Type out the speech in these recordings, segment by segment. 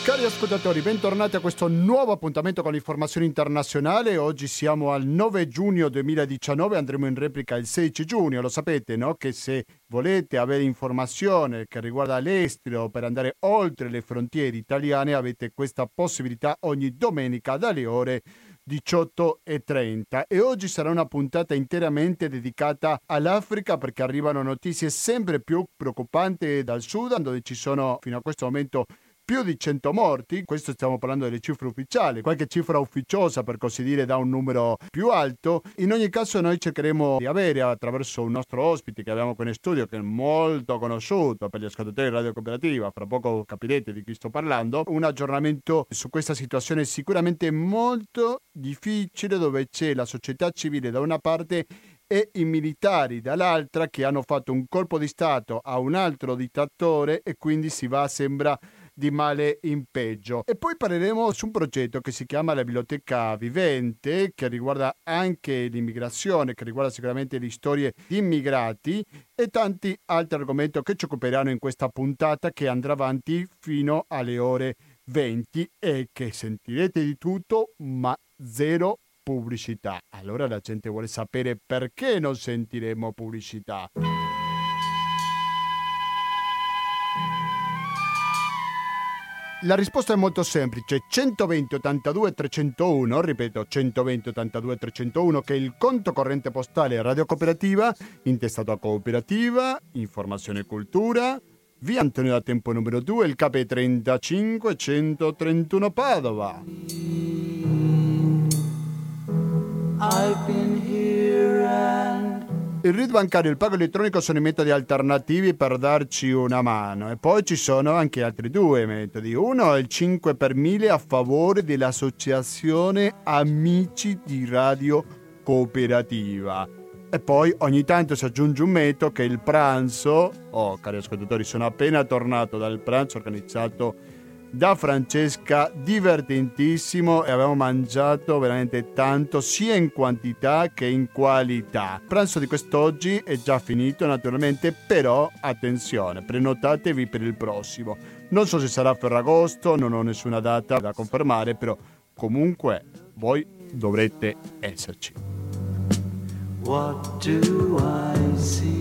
Cari ascoltatori, bentornati a questo nuovo appuntamento con l'informazione internazionale. Oggi siamo al 9 giugno 2019, andremo in replica il 16 giugno. Lo sapete, no? Che se volete avere informazione che riguarda l'estero per andare oltre le frontiere italiane, avete questa possibilità ogni domenica dalle ore 18:30 e oggi sarà una puntata interamente dedicata all'Africa perché arrivano notizie sempre più preoccupanti dal Sudan, dove ci sono fino a questo momento più di 100 morti. Questo stiamo parlando delle cifre ufficiali, qualche cifra ufficiosa per così dire da un numero più alto. In ogni caso noi cercheremo di avere attraverso un nostro ospite che abbiamo qui in studio, che è molto conosciuto per gli ascoltatori di Radio Cooperativa, fra poco capirete di chi sto parlando, un aggiornamento su questa situazione sicuramente molto difficile, dove c'è la società civile da una parte e i militari dall'altra che hanno fatto un colpo di stato a un altro dittatore e quindi si va, sembra, di male in peggio. E poi parleremo su un progetto che si chiama la Biblioteca Vivente, che riguarda anche l'immigrazione, che riguarda sicuramente le storie di immigrati e tanti altri argomenti che ci occuperanno in questa puntata che andrà avanti fino alle ore 20 e che sentirete di tutto ma zero pubblicità. Allora la gente vuole sapere perché non sentiremo pubblicità. La risposta è molto semplice: 120 82 301, ripeto 120 82 301, che è il conto corrente postale Radio Cooperativa, intestato a Cooperativa, Informazione e Cultura, via Antonio da Tempo numero 2, il KP 35 131 Padova. I've been here and... Il RID bancario e il pago elettronico sono i metodi alternativi per darci una mano e poi ci sono anche altri due metodi. Uno è il 5 per 1000 a favore dell'associazione Amici di Radio Cooperativa. E poi ogni tanto si aggiunge un metodo che è il pranzo. Oh, cari ascoltatori, sono appena tornato dal pranzo organizzato da Francesca, divertentissimo, e abbiamo mangiato veramente tanto sia in quantità che in qualità. Il pranzo di quest'oggi è già finito naturalmente, però attenzione, prenotatevi per il prossimo. Non so se sarà Ferragosto, non ho nessuna data da confermare, però comunque voi dovrete esserci. What do I see?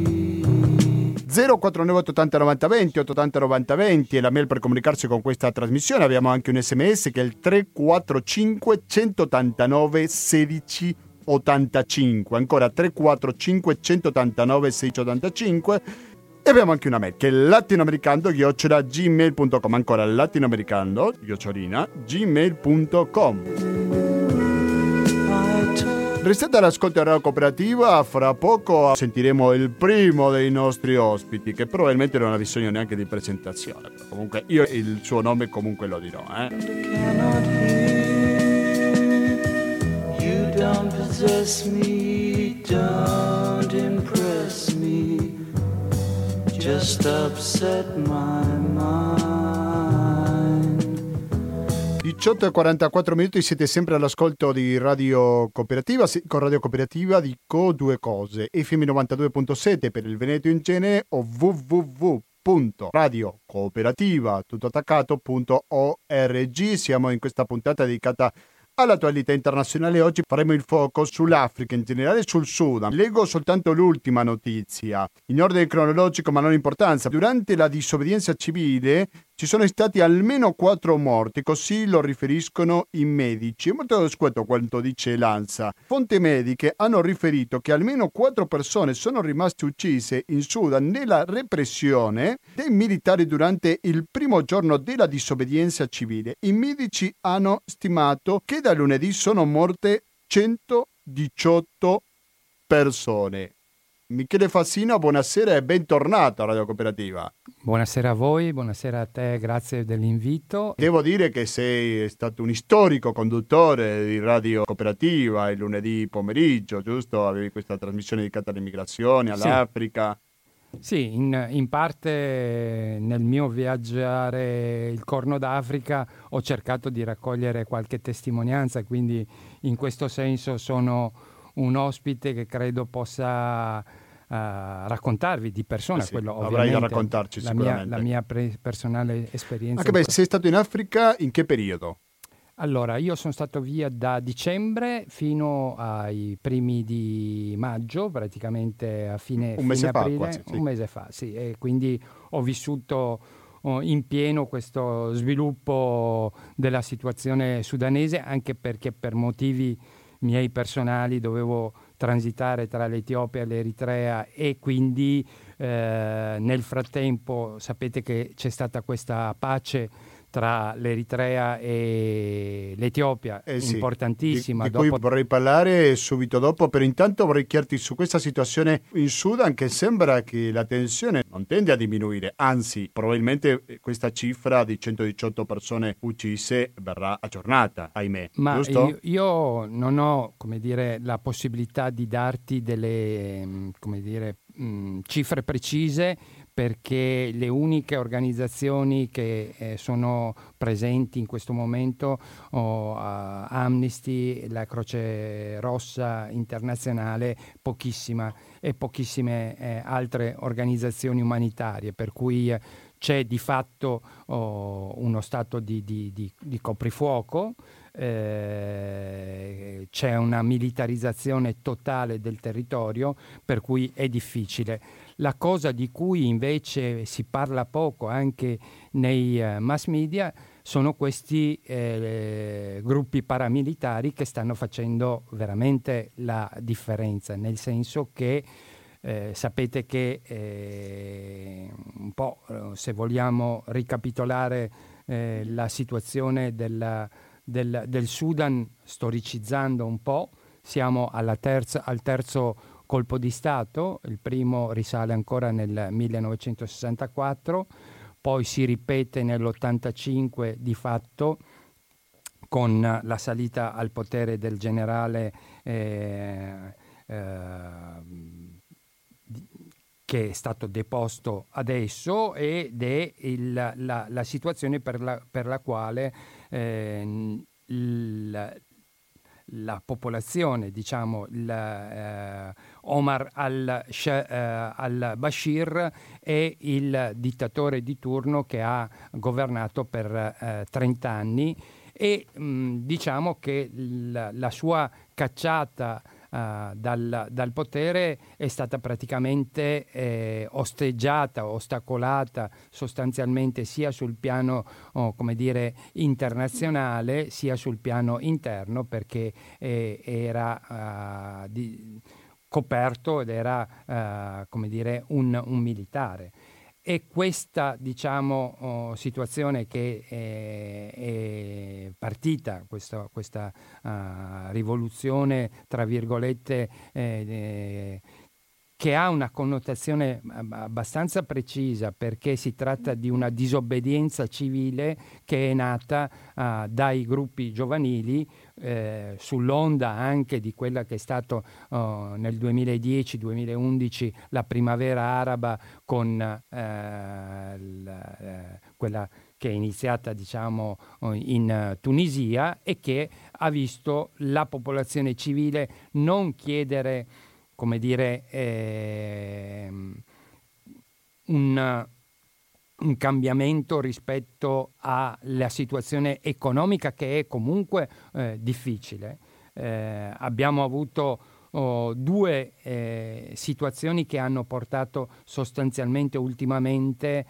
049 80 90 20 880 90 20 è la mail per comunicarsi con questa trasmissione. Abbiamo anche un sms che è il 345 189 16 85, ancora 345 189 16 85. E abbiamo anche una mail che è latinoamericando@gmail.com, ancora latinoamericando@gmail.com. Restate all'ascolto della Radio Cooperativa, fra poco sentiremo il primo dei nostri ospiti, che probabilmente non ha bisogno neanche di presentazione, però comunque io il suo nome comunque lo dirò. You don't possess me, don't impress me, just upset my mind. 18:44 minuti, siete sempre all'ascolto di Radio Cooperativa. Con Radio Cooperativa dico due cose: FM 92.7 per il Veneto in genere o www.radiocooperativa.org. Siamo in questa puntata dedicata all'attualità internazionale. Oggi faremo il focus sull'Africa, in generale sul Sudan. Leggo soltanto l'ultima notizia, in ordine cronologico ma non importanza. Durante la disobbedienza civile ci sono stati almeno 4 morti, così lo riferiscono i medici. È molto scueto quanto dice l'ANSA. Fonti mediche hanno riferito che almeno 4 persone sono rimaste uccise in Sudan nella repressione dei militari durante il primo giorno della disobbedienza civile. I medici hanno stimato che da lunedì sono morte 118 persone. Michele Fassino, buonasera e bentornato a Radio Cooperativa. Buonasera a voi, buonasera a te, grazie dell'invito. Devo dire che sei stato un storico conduttore di Radio Cooperativa il lunedì pomeriggio, giusto? Avevi questa trasmissione dedicata all'immigrazione, all'Africa. Sì, in parte nel mio viaggiare il Corno d'Africa ho cercato di raccogliere qualche testimonianza, quindi in questo senso sono un ospite che credo possa raccontarvi di persona, sì, quello avrai da ovviamente raccontarci sicuramente. la mia personale esperienza. Anche perché sei stato in Africa in che periodo? Allora, io sono stato via da dicembre fino ai primi di maggio, praticamente a fine Un mese fa aprile, quasi, sì. un mese fa, sì, e quindi ho vissuto in pieno questo sviluppo della situazione sudanese, anche perché per motivi miei personali dovevo transitare tra l'Etiopia e l'Eritrea e quindi nel frattempo sapete che c'è stata questa pace tra l'Eritrea e l'Etiopia, Sì, importantissima. di cui vorrei parlare subito dopo, però intanto vorrei chiederti su questa situazione in Sudan, che sembra che la tensione non tende a diminuire, anzi probabilmente questa cifra di 118 persone uccise verrà aggiornata, ahimè, Ma giusto? io non ho, come dire, la possibilità di darti delle, come dire, cifre precise, perché le uniche organizzazioni che sono presenti in questo momento, Amnesty, la Croce Rossa Internazionale, e pochissime altre organizzazioni umanitarie, per cui c'è di fatto uno stato di coprifuoco. C'è una militarizzazione totale del territorio, per cui è difficile. La cosa di cui invece si parla poco anche nei mass media sono questi gruppi paramilitari che stanno facendo veramente la differenza, nel senso che sapete che un po', se vogliamo ricapitolare la situazione del Sudan, storicizzando un po', siamo al terzo colpo di Stato. Il primo risale ancora nel 1964, poi si ripete nell'85 di fatto con la salita al potere del generale che è stato deposto adesso, ed è la situazione per la quale la popolazione, diciamo, Omar al-Bashir è il dittatore di turno che ha governato per 30 anni, e diciamo che la sua cacciata dal potere è stata praticamente osteggiata, ostacolata sostanzialmente sia sul piano come dire, internazionale, sia sul piano interno, perché era coperto ed era come dire un militare. E questa, diciamo, situazione che è partita, questa rivoluzione, tra virgolette, che ha una connotazione abbastanza precisa, perché si tratta di una disobbedienza civile che è nata dai gruppi giovanili, sull'onda anche di quella che è stato nel 2010-2011 la primavera araba, con quella che è iniziata, diciamo, in Tunisia, e che ha visto la popolazione civile non chiedere, come dire, un cambiamento rispetto alla situazione economica, che è comunque difficile. Abbiamo avuto due situazioni che hanno portato sostanzialmente ultimamente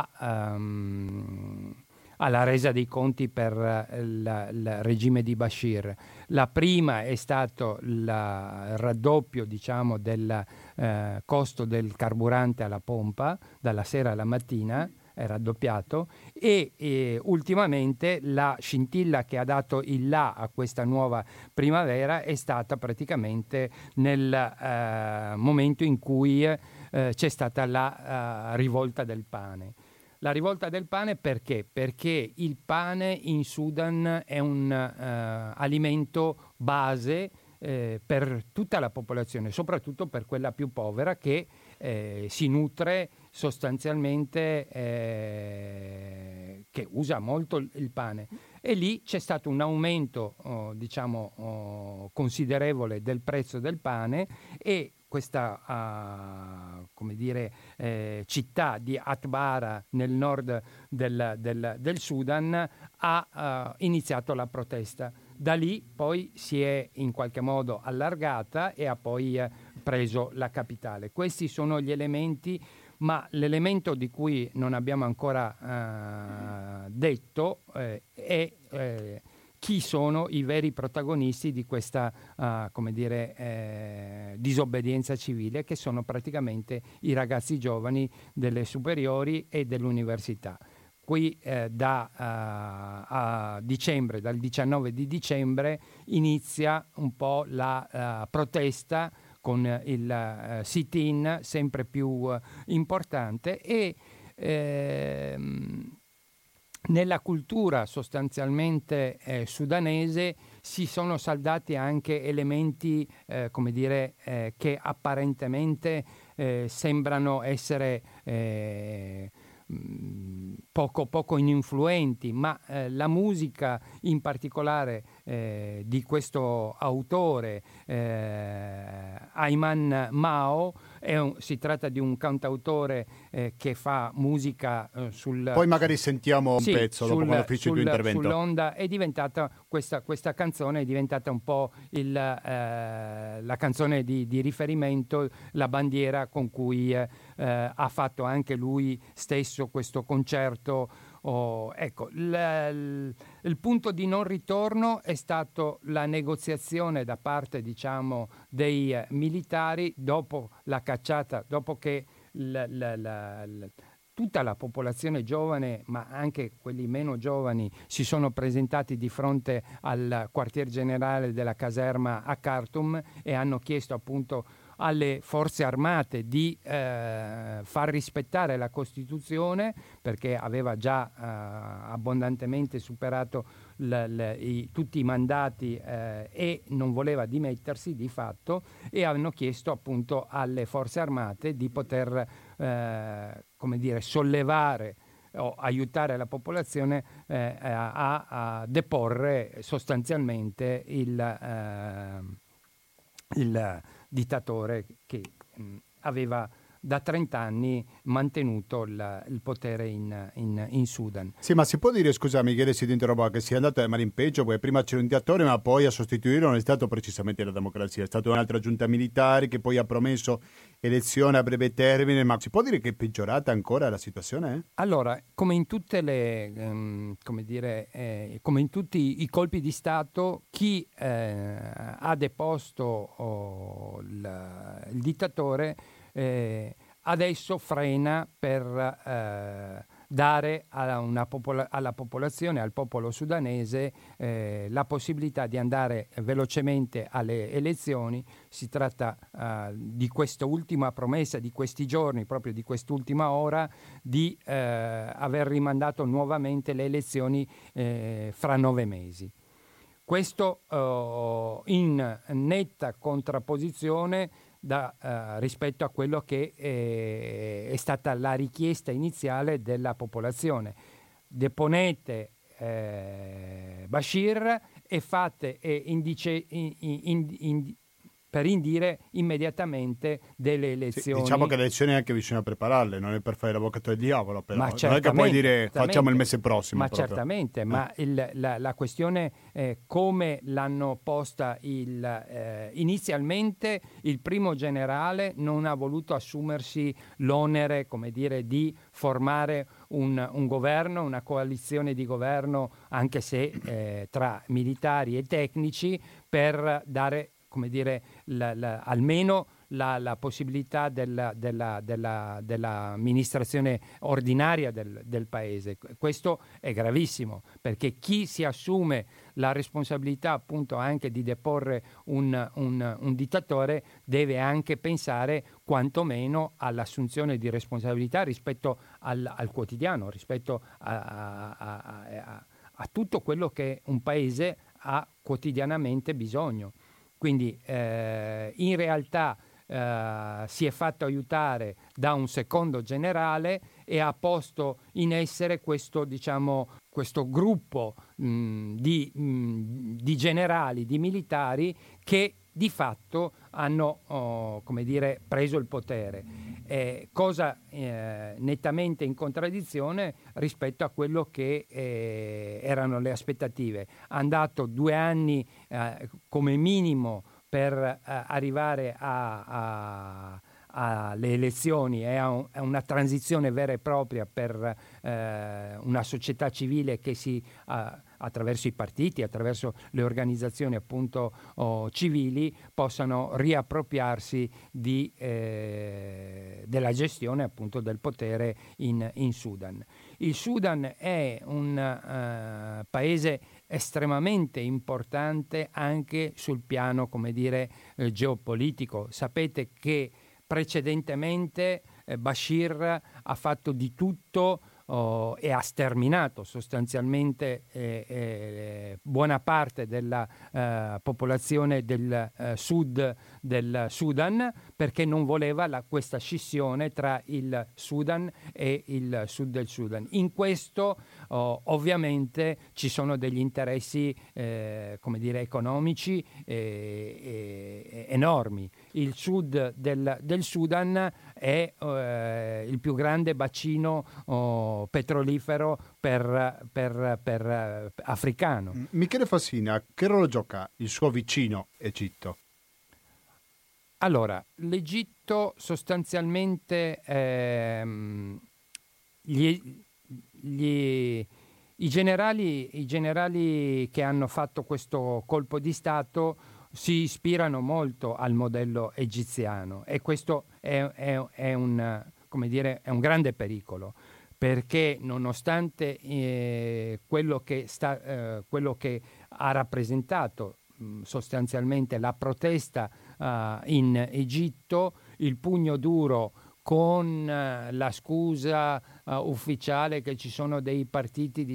alla resa dei conti per il regime di Bashir. La prima è stato il raddoppio, diciamo, del costo del carburante alla pompa, dalla sera alla mattina è raddoppiato, e ultimamente la scintilla che ha dato il là a questa nuova primavera è stata praticamente nel momento in cui c'è stata la rivolta del pane. La rivolta del pane perché? Perché il pane in Sudan è un alimento base per tutta la popolazione, soprattutto per quella più povera, che si nutre sostanzialmente, che usa molto il pane. E lì c'è stato un aumento diciamo considerevole del prezzo del pane, e questa come dire, città di Atbara nel nord del Sudan ha iniziato la protesta. Da lì poi si è in qualche modo allargata e ha poi preso la capitale. Questi sono gli elementi, ma l'elemento di cui non abbiamo ancora detto è chi sono i veri protagonisti di questa come dire, disobbedienza civile, che sono praticamente i ragazzi giovani delle superiori e dell'università. Qui a dicembre, dal 19 di dicembre, inizia un po' la protesta con il sit-in sempre più importante e nella cultura sostanzialmente sudanese si sono saldati anche elementi come dire, che apparentemente sembrano essere poco ininfluenti, ma la musica in particolare di questo autore Ayman Mao si tratta di un cantautore che fa musica sul... Poi magari sentiamo un pezzo dopo quando finisci il tuo intervento. Sull'onda è diventata questa canzone è diventata un po' la canzone di riferimento, la bandiera con cui ha fatto anche lui stesso questo concerto. Ecco, il punto di non ritorno è stato la negoziazione da parte, diciamo, dei militari dopo la cacciata, dopo che tutta la popolazione giovane, ma anche quelli meno giovani, si sono presentati di fronte al quartier generale della caserma a Khartoum e hanno chiesto appunto alle forze armate di far rispettare la Costituzione, perché aveva già abbondantemente superato tutti i mandati e non voleva dimettersi di fatto, e hanno chiesto appunto alle forze armate di poter come dire, sollevare o aiutare la popolazione a deporre sostanzialmente il dittatore che aveva da 30 anni mantenuto il potere in Sudan. Sì, ma si può dire, scusa Michele se ti interrompo, che sia andato a male in peggio, perché prima c'era un dittatore ma poi a sostituirlo non è stato precisamente la democrazia, è stata un'altra giunta militare che poi ha promesso elezioni a breve termine, ma si può dire che è peggiorata ancora la situazione? Allora, come in tutte come dire, come in tutti i colpi di Stato, chi ha deposto il dittatore adesso frena per dare alla popolazione, al popolo sudanese, la possibilità di andare velocemente alle elezioni. Si tratta di questa ultima promessa di questi giorni, proprio di quest'ultima ora, di aver rimandato nuovamente le elezioni fra 9 mesi. Questo in netta contrapposizione rispetto a quello che è stata la richiesta iniziale della popolazione. Deponete Bashir e fate per indire immediatamente delle elezioni. Sì, diciamo che le elezioni anche bisogna prepararle, non è per fare l'avvocato del diavolo, però non è che puoi dire facciamo il mese prossimo. Ma proprio. Certamente, ma la questione è come l'hanno posta inizialmente il primo generale non ha voluto assumersi l'onere, come dire, di formare un governo, una coalizione di governo, anche se tra militari e tecnici, per dare, come dire, almeno la possibilità dell'amministrazione ordinaria del paese. Questo è gravissimo, perché chi si assume la responsabilità appunto anche di deporre un dittatore deve anche pensare quantomeno all'assunzione di responsabilità rispetto al quotidiano, rispetto a tutto quello che un paese ha quotidianamente bisogno. Quindi in realtà si è fatto aiutare da un secondo generale e ha posto in essere questo, diciamo, questo gruppo di generali, di militari che di fatto hanno preso il potere, cosa nettamente in contraddizione rispetto a quello che erano le aspettative. Hanno dato 2 anni come minimo per arrivare alle elezioni e a una transizione vera e propria per una società civile che attraverso i partiti, attraverso le organizzazioni appunto civili, possano riappropriarsi della gestione appunto del potere in Sudan. Il Sudan è un paese estremamente importante anche sul piano, geopolitico. Sapete che precedentemente Bashir ha fatto di tutto e ha sterminato sostanzialmente buona parte della popolazione del sud del Sudan, perché non voleva questa scissione tra il Sudan e il sud del Sudan. In questo ovviamente ci sono degli interessi economici enormi. Il sud del Sudan è il più grande bacino petrolifero per africano. Michele Fassina, che ruolo gioca il suo vicino Egitto? Allora, l'Egitto sostanzialmente i generali che hanno fatto questo colpo di Stato si ispirano molto al modello egiziano, e questo è un grande pericolo, perché nonostante quello che ha rappresentato sostanzialmente la protesta in Egitto, il pugno duro con la scusa ufficiale che ci sono dei partiti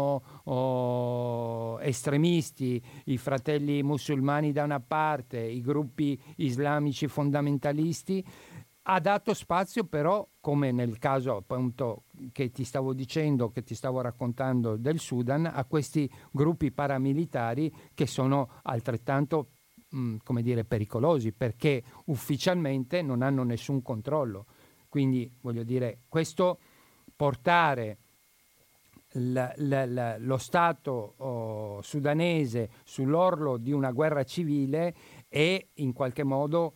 estremisti, i fratelli musulmani da una parte, i gruppi islamici fondamentalisti, ha dato spazio però, come nel caso appunto che ti stavo raccontando del Sudan, a questi gruppi paramilitari che sono altrettanto pericolosi, perché ufficialmente non hanno nessun controllo. Quindi questo portare lo Stato sudanese sull'orlo di una guerra civile è in qualche modo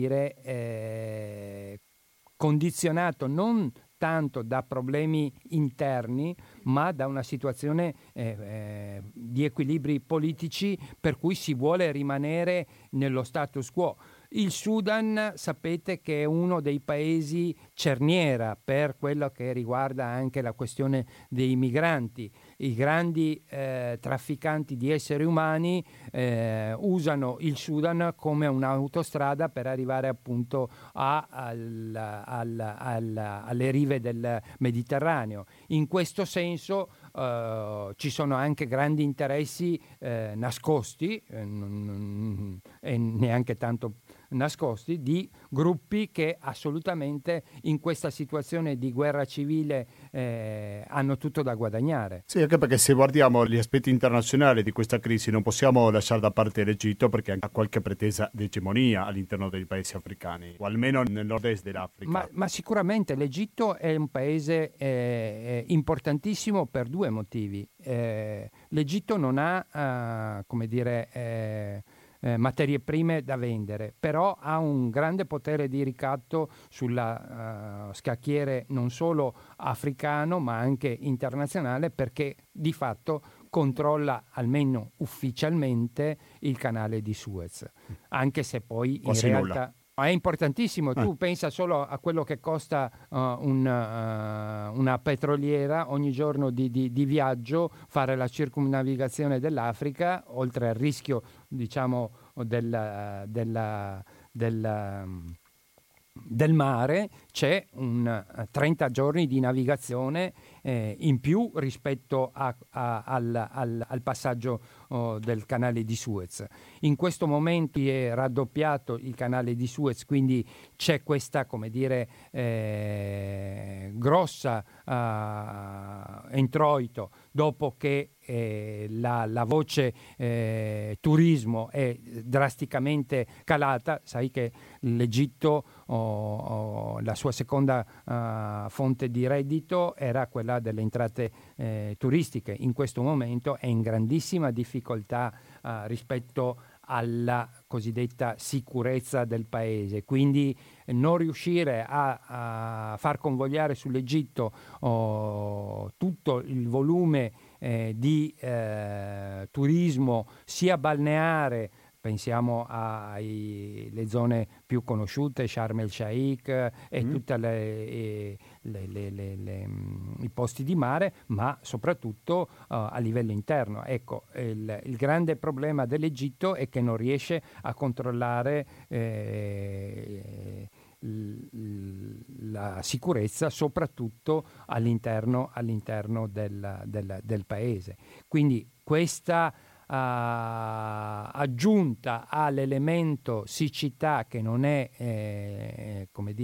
condizionato non tanto da problemi interni, ma da una situazione di equilibri politici per cui si vuole rimanere nello status quo. Il Sudan, sapete che è uno dei paesi cerniera per quello che riguarda anche la questione dei migranti. I grandi trafficanti di esseri umani usano il Sudan come un'autostrada per arrivare appunto alle rive del Mediterraneo. In questo senso ci sono anche grandi interessi nascosti e neanche tanto nascosti, di gruppi che assolutamente in questa situazione di guerra civile hanno tutto da guadagnare. Sì, anche perché se guardiamo gli aspetti internazionali di questa crisi non possiamo lasciare da parte l'Egitto, perché ha qualche pretesa di egemonia all'interno dei paesi africani, o almeno nel nord-est dell'Africa. Ma sicuramente l'Egitto è un paese importantissimo per 2 motivi. L'Egitto non ha, materie prime da vendere, però ha un grande potere di ricatto sulla scacchiere non solo africano ma anche internazionale, perché di fatto controlla almeno ufficialmente il canale di Suez, anche se poi in realtà è importantissimo. Tu pensa solo a quello che costa una petroliera ogni giorno di viaggio, fare la circumnavigazione dell'Africa, oltre al rischio del mare, c'è 30 giorni di navigazione in più rispetto al passaggio del canale di Suez. In questo momento è raddoppiato il canale di Suez, quindi c'è questa grossa introito dopo che la voce turismo è drasticamente calata. Sai che l'Egitto, la sua seconda fonte di reddito era quella delle entrate turistiche. In questo momento è in grandissima difficoltà rispetto alla cosiddetta sicurezza del paese, quindi non riuscire a far convogliare sull'Egitto tutto il volume di turismo sia balneare, pensiamo alle zone più conosciute, Sharm el Sheikh e tutti i posti di mare, ma soprattutto a livello interno. Ecco, il grande problema dell'Egitto è che non riesce a controllare la sicurezza, soprattutto all'interno del paese. Quindi questa aggiunta all'elemento siccità, che non è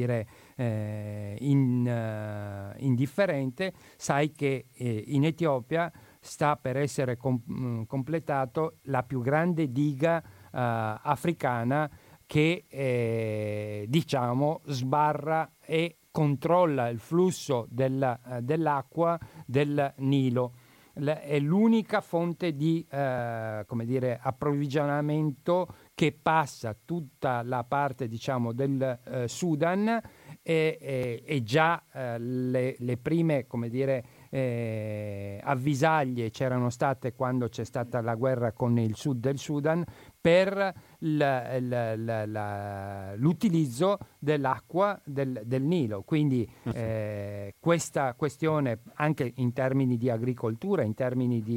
indifferente. Sai che in Etiopia sta per essere completato la più grande diga africana che sbarra e controlla il flusso dell'acqua del Nilo. È l'unica fonte di approvvigionamento che passa tutta la parte del Sudan, e già le prime avvisaglie c'erano state quando c'è stata la guerra con il sud del Sudan per l'utilizzo dell'acqua del Nilo. Quindi questa questione, anche in termini di agricoltura, in termini di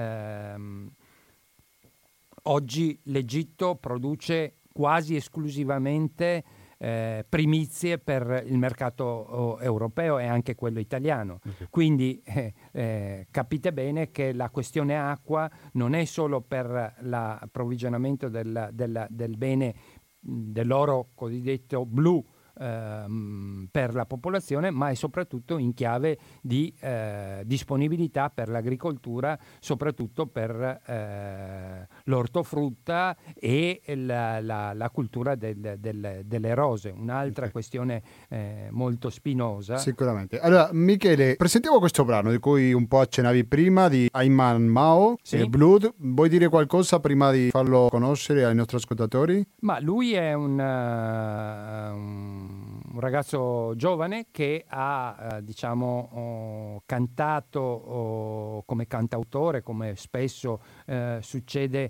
oggi l'Egitto produce quasi esclusivamente primizie per il mercato europeo e anche quello italiano. Quindi capite bene che la questione acqua non è solo per l'approvvigionamento del bene, dell'oro cosiddetto blu, per la popolazione, ma è soprattutto in chiave di disponibilità per l'agricoltura, soprattutto per l'ortofrutta e la cultura delle rose, un'altra questione molto spinosa. Sicuramente. Allora, Michele, presentiamo questo brano di cui un po' accennavi prima, di Ayman Mao, sì. Blood. Vuoi dire qualcosa prima di farlo conoscere ai nostri ascoltatori? Ma lui è un ragazzo giovane che ha cantato come cantautore, come spesso succede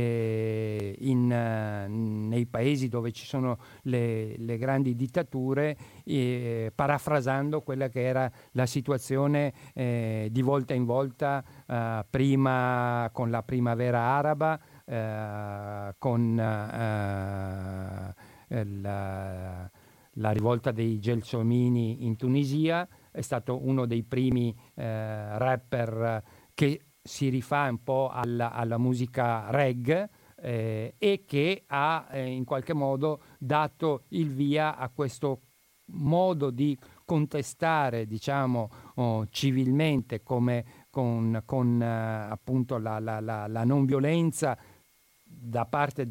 nei paesi dove ci sono le grandi dittature, parafrasando quella che era la situazione di volta in volta, prima con la primavera araba, con la rivolta dei Gelsomini in Tunisia. È stato uno dei primi rapper che si rifà un po' alla musica reggae, e che ha in qualche modo dato il via a questo modo di contestare, civilmente, come con appunto la non violenza da parte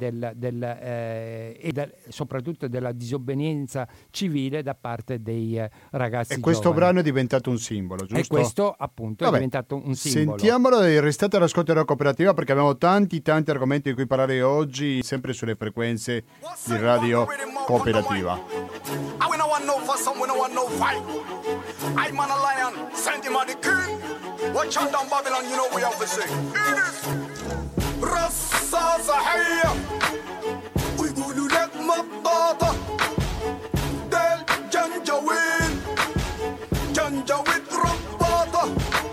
soprattutto della disobbedienza civile da parte dei ragazzi giovani. E questo brano è diventato un simbolo, giusto? E questo appunto è diventato un simbolo. Sentiamolo e restate all'ascolto della cooperativa, perché abbiamo tanti argomenti di cui parlare oggi, sempre sulle frequenze di Radio Cooperativa. صحية ويقولوا لك مطاطة del جنجويد رباطة.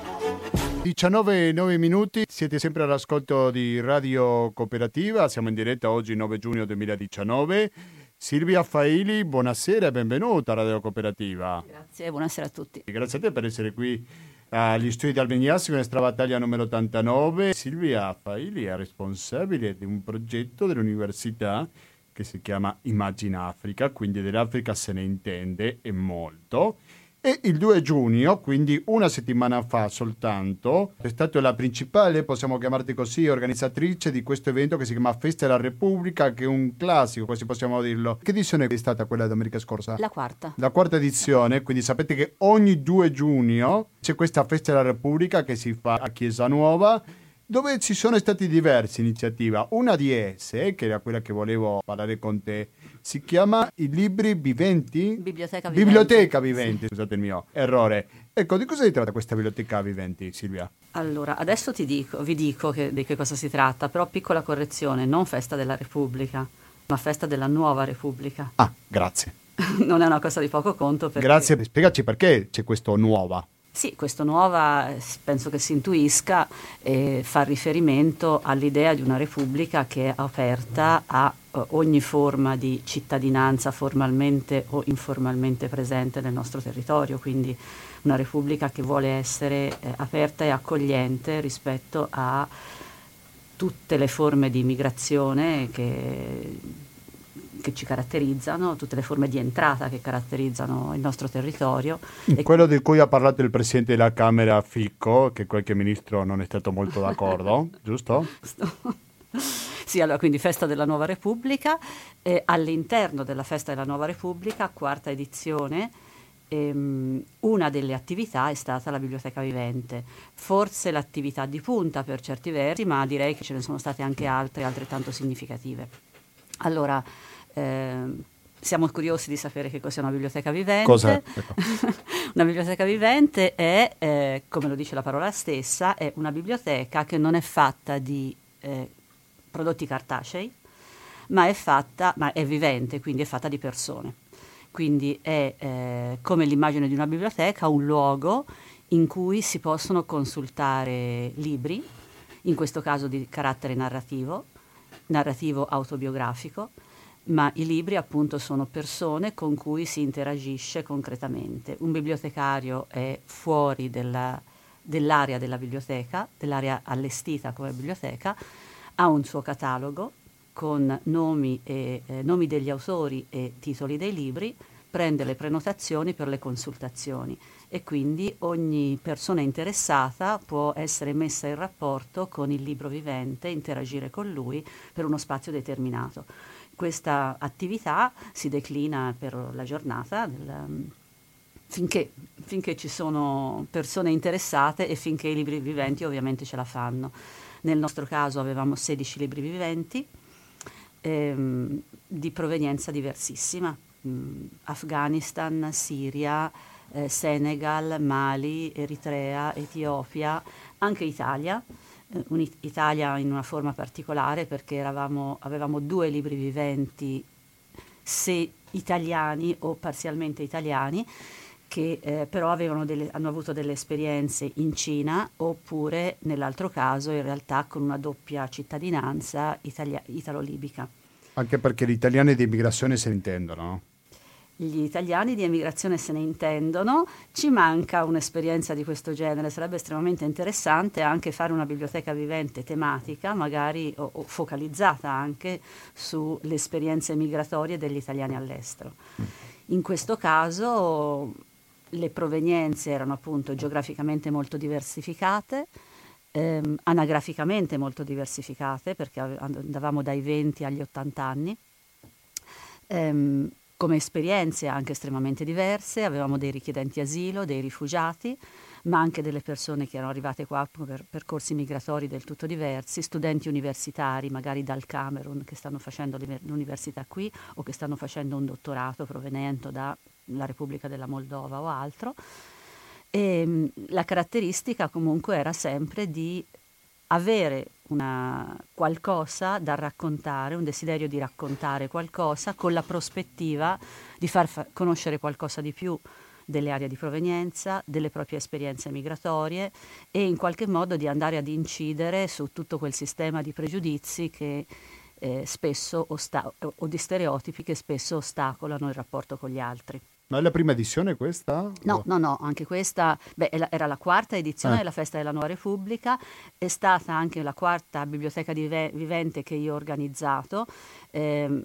19 minuti, siete sempre all'ascolto di Radio Cooperativa, siamo in diretta oggi 9 giugno 2019. Silvia Faili, buonasera e benvenuta a Radio Cooperativa. Grazie, buonasera a tutti. Grazie a te per essere qui agli studi di Albegnassi, nostra battaglia numero 89. Silvia Faili è responsabile di un progetto dell'università che si chiama Immagina Africa, quindi dell'Africa se ne intende e molto. E il 2 giugno, quindi una settimana fa soltanto, è stata la principale, possiamo chiamarti così, organizzatrice di questo evento che si chiama Festa della Repubblica, che è un classico, così possiamo dirlo. Che edizione è stata quella domenica scorsa? La quarta. La quarta edizione, quindi sapete che ogni 2 giugno c'è questa Festa della Repubblica che si fa a Chiesa Nuova, dove ci sono state diverse iniziative. Una di esse, che era quella che volevo parlare con te, si chiama I Libri Viventi? Biblioteca Viventi. Biblioteca Viventi, scusate il mio errore. Ecco, di cosa si tratta questa Biblioteca Viventi, Silvia? Allora, adesso vi dico di che cosa si tratta, però piccola correzione, non Festa della Repubblica, ma Festa della Nuova Repubblica. Ah, grazie. Non è una cosa di poco conto perché... Grazie, spiegaci perché c'è questo nuova. Sì, questo nuova penso che si intuisca e fa riferimento all'idea di una repubblica che è aperta a ogni forma di cittadinanza formalmente o informalmente presente nel nostro territorio, quindi una repubblica che vuole essere aperta e accogliente rispetto a tutte le forme di migrazione che ci caratterizzano, tutte le forme di entrata che caratterizzano il nostro territorio. Quello di cui ha parlato il Presidente della Camera Fico, che qualche ministro non è stato molto d'accordo, giusto? Sì, allora quindi Festa della Nuova Repubblica, all'interno della Festa della Nuova Repubblica, quarta edizione, una delle attività è stata la Biblioteca Vivente, forse l'attività di punta per certi versi, ma direi che ce ne sono state anche altre altrettanto significative. Allora, siamo curiosi di sapere che cos'è una biblioteca vivente. Cos'è? Ecco. Una biblioteca vivente è, come lo dice la parola stessa, è una biblioteca che non è fatta di prodotti cartacei, ma è vivente, quindi è fatta di persone. Quindi è come l'immagine di una biblioteca, un luogo in cui si possono consultare libri, in questo caso di carattere narrativo autobiografico, ma i libri appunto sono persone con cui si interagisce concretamente. Un bibliotecario è fuori dell'area della biblioteca, dell'area allestita come biblioteca, ha un suo catalogo con nomi degli autori e titoli dei libri, prende le prenotazioni per le consultazioni e quindi ogni persona interessata può essere messa in rapporto con il libro vivente, interagire con lui per uno spazio determinato. Questa attività si declina per la giornata finché ci sono persone interessate e finché i libri viventi ovviamente ce la fanno. Nel nostro caso avevamo 16 libri viventi di provenienza diversissima, Afghanistan, Siria, Senegal, Mali, Eritrea, Etiopia, anche Italia. Italia in una forma particolare perché avevamo 2 libri viventi italiani o parzialmente italiani che però hanno avuto delle esperienze in Cina oppure nell'altro caso in realtà con una doppia cittadinanza italo-libica. Anche perché gli italiani di immigrazione se ne intendono, no? Gli italiani di emigrazione se ne intendono, ci manca un'esperienza di questo genere, sarebbe estremamente interessante anche fare una biblioteca vivente tematica, magari o focalizzata anche sulle esperienze migratorie degli italiani all'estero. In questo caso le provenienze erano appunto geograficamente molto diversificate, anagraficamente molto diversificate perché andavamo dai 20 agli 80 anni, come esperienze anche estremamente diverse. Avevamo dei richiedenti asilo, dei rifugiati, ma anche delle persone che erano arrivate qua per percorsi migratori del tutto diversi, studenti universitari magari dal Camerun che stanno facendo l'università qui o che stanno facendo un dottorato provenendo dalla Repubblica della Moldova o altro. E la caratteristica comunque era sempre di avere qualcosa da raccontare, un desiderio di raccontare qualcosa con la prospettiva di far conoscere qualcosa di più delle aree di provenienza, delle proprie esperienze migratorie e in qualche modo di andare ad incidere su tutto quel sistema di pregiudizi che spesso o di stereotipi che spesso ostacolano il rapporto con gli altri. Ma è la prima edizione questa? No, anche questa era la quarta edizione della Festa della Nuova Repubblica, è stata anche la quarta biblioteca vivente che io ho organizzato.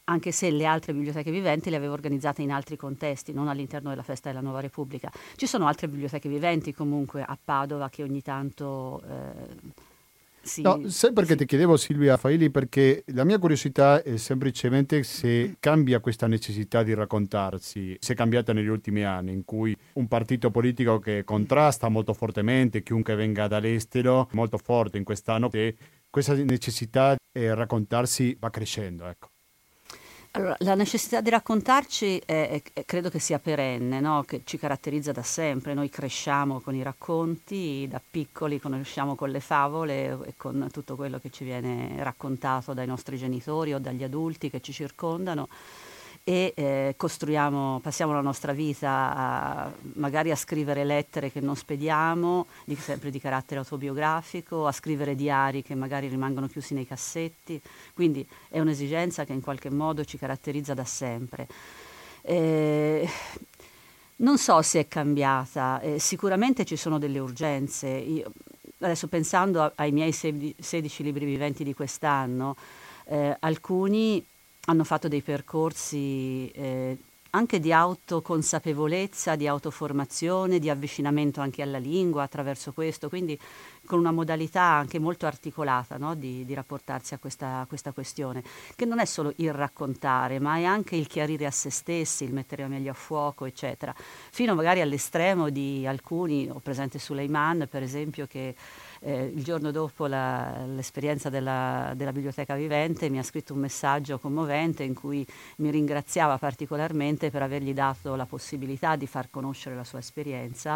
anche se le altre biblioteche viventi le avevo organizzate in altri contesti, non all'interno della Festa della Nuova Repubblica. Ci sono altre biblioteche viventi comunque a Padova che ogni tanto No, sai perché ti chiedevo, Silvia Faili? Perché la mia curiosità è semplicemente se cambia questa necessità di raccontarsi, se è cambiata negli ultimi anni, in cui un partito politico che contrasta molto fortemente chiunque venga dall'estero, molto forte in quest'anno, e questa necessità di raccontarsi va crescendo, ecco. Allora, la necessità di raccontarci credo che sia perenne, no? Che ci caratterizza da sempre. Noi cresciamo con i racconti, da piccoli conosciamo con le favole e con tutto quello che ci viene raccontato dai nostri genitori o dagli adulti che ci circondano e passiamo la nostra vita magari a scrivere lettere che non spediamo, sempre di carattere autobiografico, a scrivere diari che magari rimangono chiusi nei cassetti, quindi è un'esigenza che in qualche modo ci caratterizza da sempre. Non so se è cambiata, sicuramente ci sono delle urgenze. Io, adesso pensando ai miei 16 libri viventi di quest'anno, alcuni hanno fatto dei percorsi anche di autoconsapevolezza, di autoformazione, di avvicinamento anche alla lingua attraverso questo, quindi con una modalità anche molto articolata, no? di rapportarsi a questa questione, che non è solo il raccontare, ma è anche il chiarire a se stessi, il mettere meglio a fuoco, eccetera, fino magari all'estremo di alcuni, ho presente Suleiman per esempio, che il giorno dopo l'esperienza della biblioteca vivente mi ha scritto un messaggio commovente in cui mi ringraziava particolarmente per avergli dato la possibilità di far conoscere la sua esperienza,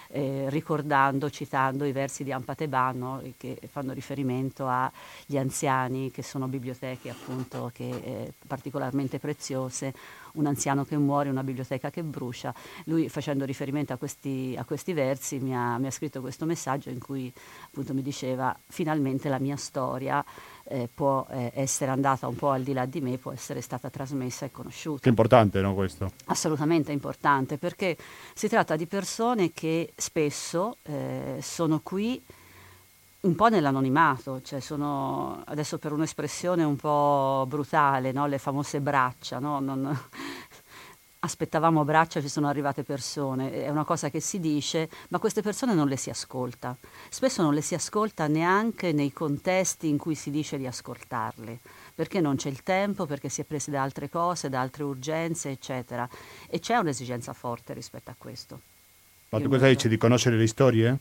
citando i versi di Ampatebà, no? Che fanno riferimento agli anziani che sono biblioteche appunto particolarmente preziose, un anziano che muore, una biblioteca che brucia. Lui, facendo riferimento a questi versi, mi ha scritto questo messaggio in cui appunto mi diceva: finalmente la mia storia può essere andata un po' al di là di me, può essere stata trasmessa e conosciuta. Che importante, no, questo? Assolutamente importante, perché si tratta di persone che spesso sono qui un po' nell'anonimato, cioè sono, adesso per un'espressione un po' brutale, no? Le famose braccia, no? Aspettavamo braccia, ci sono arrivate persone, è una cosa che si dice, ma queste persone non le si ascolta. Spesso non le si ascolta neanche nei contesti in cui si dice di ascoltarle, perché non c'è il tempo, perché si è presi da altre cose, da altre urgenze, eccetera. E c'è un'esigenza forte rispetto a questo. Ma tu cosa dici, di conoscere le storie?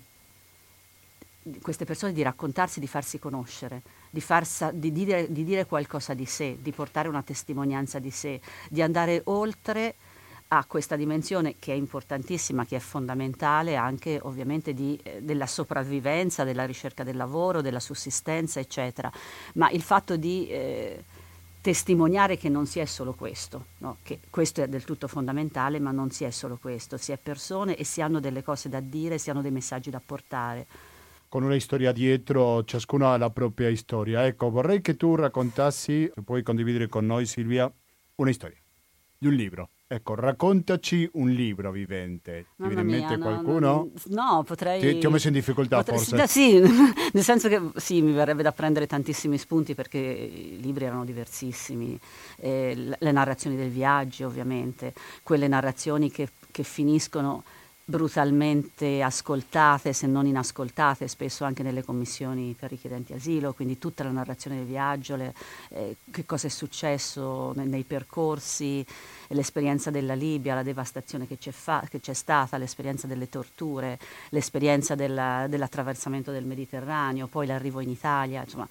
Queste persone, di raccontarsi, di farsi conoscere, di dire qualcosa di sé, di portare una testimonianza di sé, di andare oltre a questa dimensione che è importantissima, che è fondamentale anche ovviamente della sopravvivenza, della ricerca del lavoro, della sussistenza, eccetera. Ma il fatto di testimoniare che non si è solo questo, no? Che questo è del tutto fondamentale, ma non si è solo questo, si è persone e si hanno delle cose da dire, si hanno dei messaggi da portare. Con una storia dietro, ciascuno ha la propria storia. Ecco, vorrei che tu raccontassi, se puoi condividere con noi, Silvia, una storia di un libro. Ecco, raccontaci un libro vivente. Ti viene in mente qualcuno? No, potrei... Ti ho messo in difficoltà, forse? Sì, nel senso che sì, mi verrebbe da prendere tantissimi spunti perché i libri erano diversissimi. Le narrazioni del viaggio, ovviamente, quelle narrazioni che finiscono brutalmente ascoltate, se non inascoltate, spesso anche nelle commissioni per richiedenti asilo, quindi tutta la narrazione del viaggio, che cosa è successo nei percorsi, l'esperienza della Libia, la devastazione che c'è stata, l'esperienza delle torture, l'esperienza dell'attraversamento del Mediterraneo, poi l'arrivo in Italia, insomma,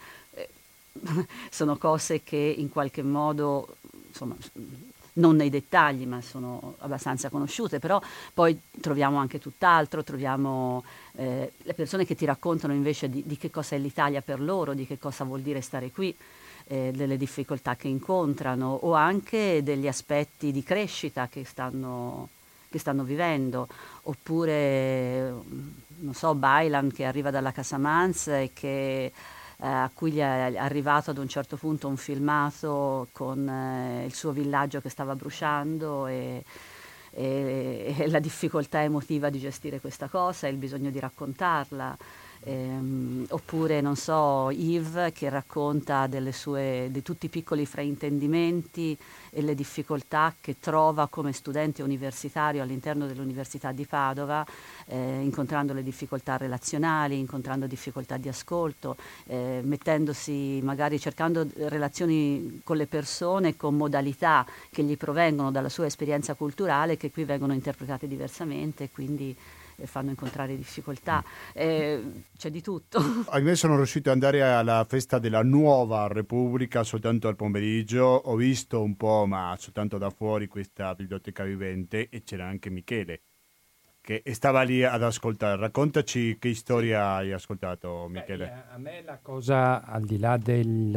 sono cose che in qualche modo, insomma, non nei dettagli, ma sono abbastanza conosciute, però poi troviamo anche tutt'altro, troviamo le persone che ti raccontano invece di che cosa è l'Italia per loro, di che cosa vuol dire stare qui, delle difficoltà che incontrano o anche degli aspetti di crescita che stanno vivendo, oppure, non so, Bailan che arriva dalla Casamance e che a cui gli è arrivato ad un certo punto un filmato con il suo villaggio che stava bruciando e la difficoltà emotiva di gestire questa cosa e il bisogno di raccontarla. Oppure, non so, Yves che racconta di tutti i piccoli fraintendimenti e le difficoltà che trova come studente universitario all'interno dell'Università di Padova, incontrando le difficoltà relazionali, incontrando difficoltà di ascolto, mettendosi magari cercando relazioni con le persone con modalità che gli provengono dalla sua esperienza culturale, che qui vengono interpretate diversamente, quindi fanno incontrare difficoltà. C'è di tutto. Ahimè sono riuscito ad andare alla festa della Nuova Repubblica soltanto al pomeriggio, ho visto un po', ma soltanto da fuori, questa biblioteca vivente, e c'era anche Michele che stava lì ad ascoltare. Raccontaci che storia hai ascoltato, Michele. A me la cosa, al di là degli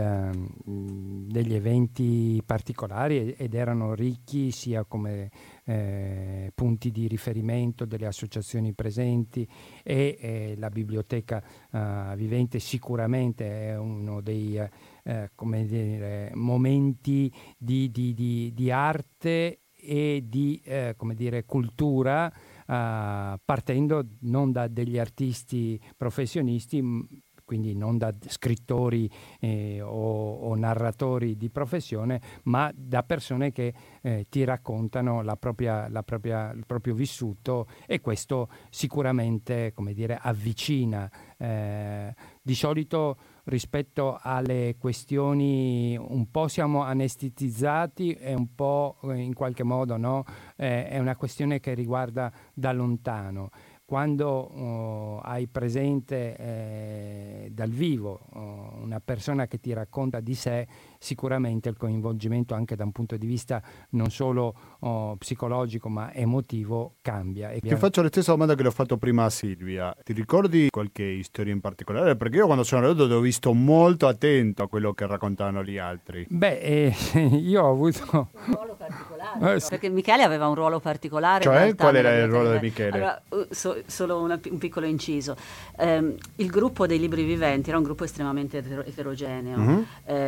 eventi particolari, ed erano ricchi sia come punti di riferimento delle associazioni presenti, e la biblioteca vivente sicuramente è uno dei come dire, momenti di arte e di come dire, cultura, partendo non da degli artisti professionisti, quindi non da scrittori o narratori di professione, ma da persone che ti raccontano il proprio vissuto, e questo sicuramente, come dire, avvicina. Di solito rispetto alle questioni un po' siamo anestetizzati e un po' in qualche modo no, è una questione che riguarda da lontano. Quando hai presente dal vivo una persona che ti racconta di sé, sicuramente il coinvolgimento anche da un punto di vista non solo psicologico ma emotivo cambia. Ti faccio la stessa domanda che l'ho fatto prima a Silvia. Ti ricordi qualche storia in particolare? Perché io quando sono arrivato l'ho visto molto attento a quello che raccontavano gli altri. Io ho avuto un ruolo particolare, perché Michele aveva un ruolo particolare. Cioè, qual era il ruolo di Michele? Allora, solo un piccolo inciso. Il gruppo dei Libri Viventi era un gruppo estremamente eterogeneo. Mm-hmm.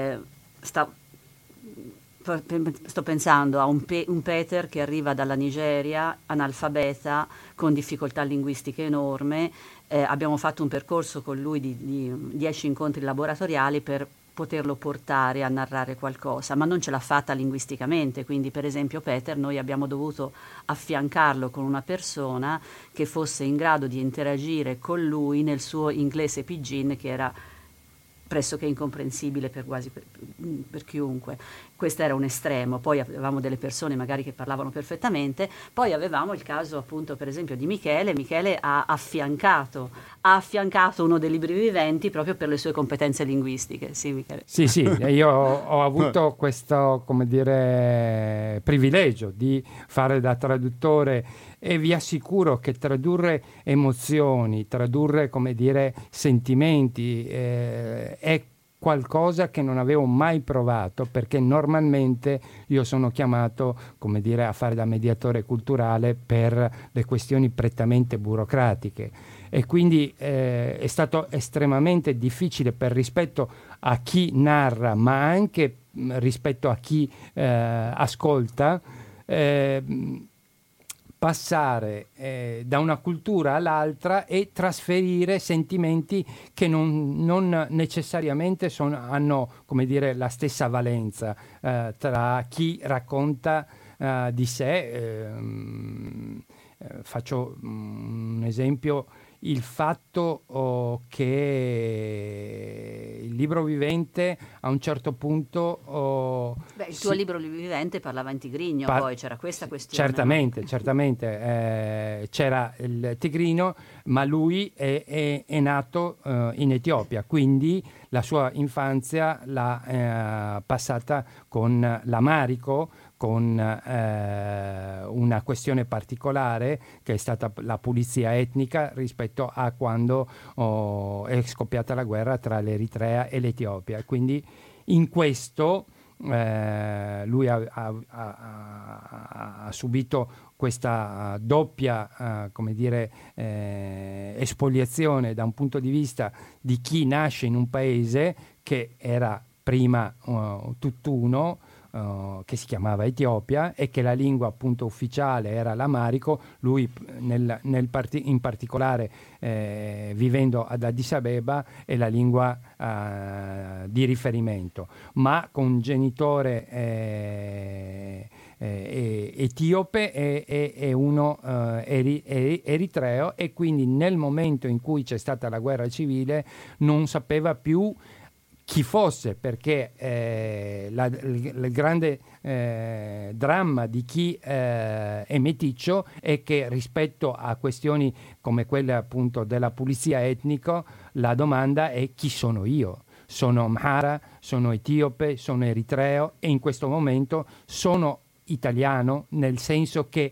Sto pensando a un Peter che arriva dalla Nigeria, analfabeta, con difficoltà linguistiche enorme. Abbiamo fatto un percorso con lui di 10 incontri laboratoriali per poterlo portare a narrare qualcosa, ma non ce l'ha fatta linguisticamente. Quindi, per esempio, Peter, noi abbiamo dovuto affiancarlo con una persona che fosse in grado di interagire con lui nel suo inglese pidgin, che era pressoché incomprensibile per chiunque. Questo era un estremo. Poi avevamo delle persone magari che parlavano perfettamente. Poi avevamo il caso, appunto, per esempio di Michele. Michele ha affiancato uno dei Libri Viventi proprio per le sue competenze linguistiche. Sì, Michele. Sì, io ho avuto questo, come dire, privilegio di fare da traduttore, e vi assicuro che tradurre emozioni, tradurre, come dire, sentimenti è qualcosa che non avevo mai provato, perché normalmente io sono chiamato, come dire, a fare da mediatore culturale per le questioni prettamente burocratiche, e quindi è stato estremamente difficile, per rispetto a chi narra ma anche rispetto a chi ascolta, passare da una cultura all'altra e trasferire sentimenti che non necessariamente hanno, come dire, la stessa valenza tra chi racconta di sé. Faccio un esempio: il fatto che il libro vivente a un certo punto... il tuo libro vivente parlava in tigrinio, poi c'era questa questione. Certamente, c'era il tigrino, ma lui è nato in Etiopia, quindi la sua infanzia l'ha passata con l'amarico, con una questione particolare che è stata la pulizia etnica rispetto a quando è scoppiata la guerra tra l'Eritrea e l'Etiopia. Quindi in questo lui ha subito questa doppia come dire, espoliazione da un punto di vista di chi nasce in un paese che era prima tutt'uno, che si chiamava Etiopia e che la lingua appunto ufficiale era l'amarico, lui in particolare vivendo ad Addis Abeba è la lingua di riferimento, ma con un genitore etiope e uno eritreo, e quindi nel momento in cui c'è stata la guerra civile non sapeva più chi fosse, perché il grande dramma di chi è meticcio è che rispetto a questioni come quelle appunto della pulizia etnica, la domanda è: chi sono io? Sono Amhara, sono etiope, sono eritreo, e in questo momento sono italiano, nel senso che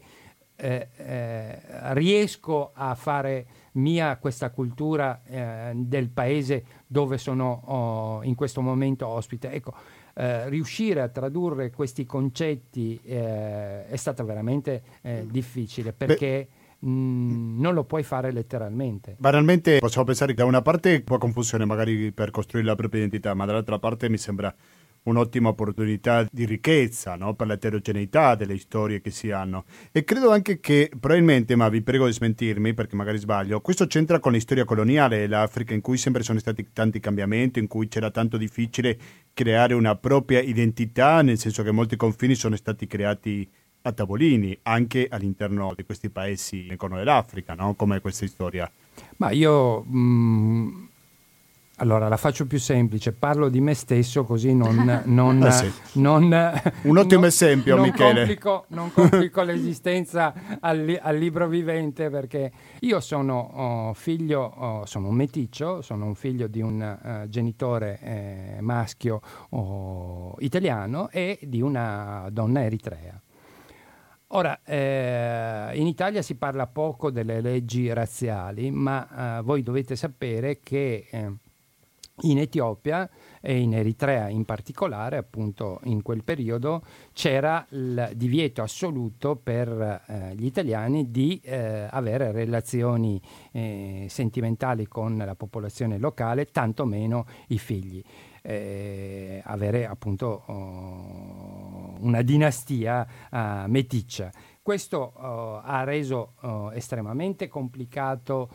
riesco a fare mia questa cultura del paese dove sono in questo momento ospite. Ecco, riuscire a tradurre questi concetti è stato veramente difficile, perché non lo puoi fare letteralmente. Banalmente possiamo pensare che da una parte un po' confusione magari per costruire la propria identità, ma dall'altra parte mi sembra un'ottima opportunità di ricchezza, no? Per l'eterogeneità delle storie che si hanno. E credo anche che probabilmente, ma vi prego di smentirmi perché magari sbaglio, questo c'entra con la storia coloniale dell'Africa, in cui sempre sono stati tanti cambiamenti, in cui c'era tanto difficile creare una propria identità, nel senso che molti confini sono stati creati a tavolini, anche all'interno di questi paesi nel Corno dell'Africa, no? Come questa storia? Ma io... allora, la faccio più semplice, parlo di me stesso, così non sì. Un ottimo esempio, Michele. Non complico l'esistenza al libro vivente, perché io sono figlio, sono un meticcio, sono un figlio di un genitore maschio italiano e di una donna eritrea. Ora, in Italia si parla poco delle leggi razziali, ma voi dovete sapere che in Etiopia e in Eritrea in particolare, appunto in quel periodo, c'era il divieto assoluto per gli italiani di avere relazioni sentimentali con la popolazione locale, tantomeno i figli. Avere appunto una dinastia meticcia. Questo ha reso estremamente complicato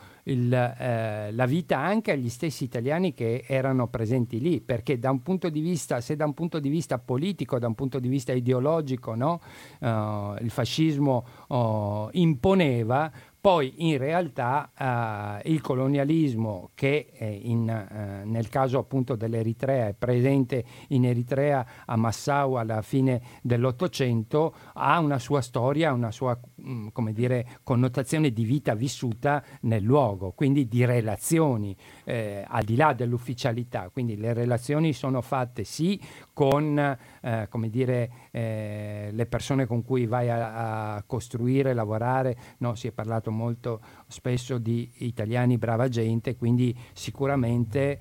la vita anche agli stessi italiani che erano presenti lì, perché se da un punto di vista politico, da un punto di vista ideologico, no? Il fascismo imponeva, poi in realtà il colonialismo, che nel caso appunto dell'Eritrea è presente in Eritrea a Massawa alla fine dell'Ottocento, ha una sua storia, una sua come dire, connotazione di vita vissuta nel luogo, quindi di relazioni al di là dell'ufficialità. Quindi le relazioni sono fatte sì con come dire, le persone con cui vai a costruire, lavorare, no? Si è parlato molto spesso di italiani brava gente, quindi sicuramente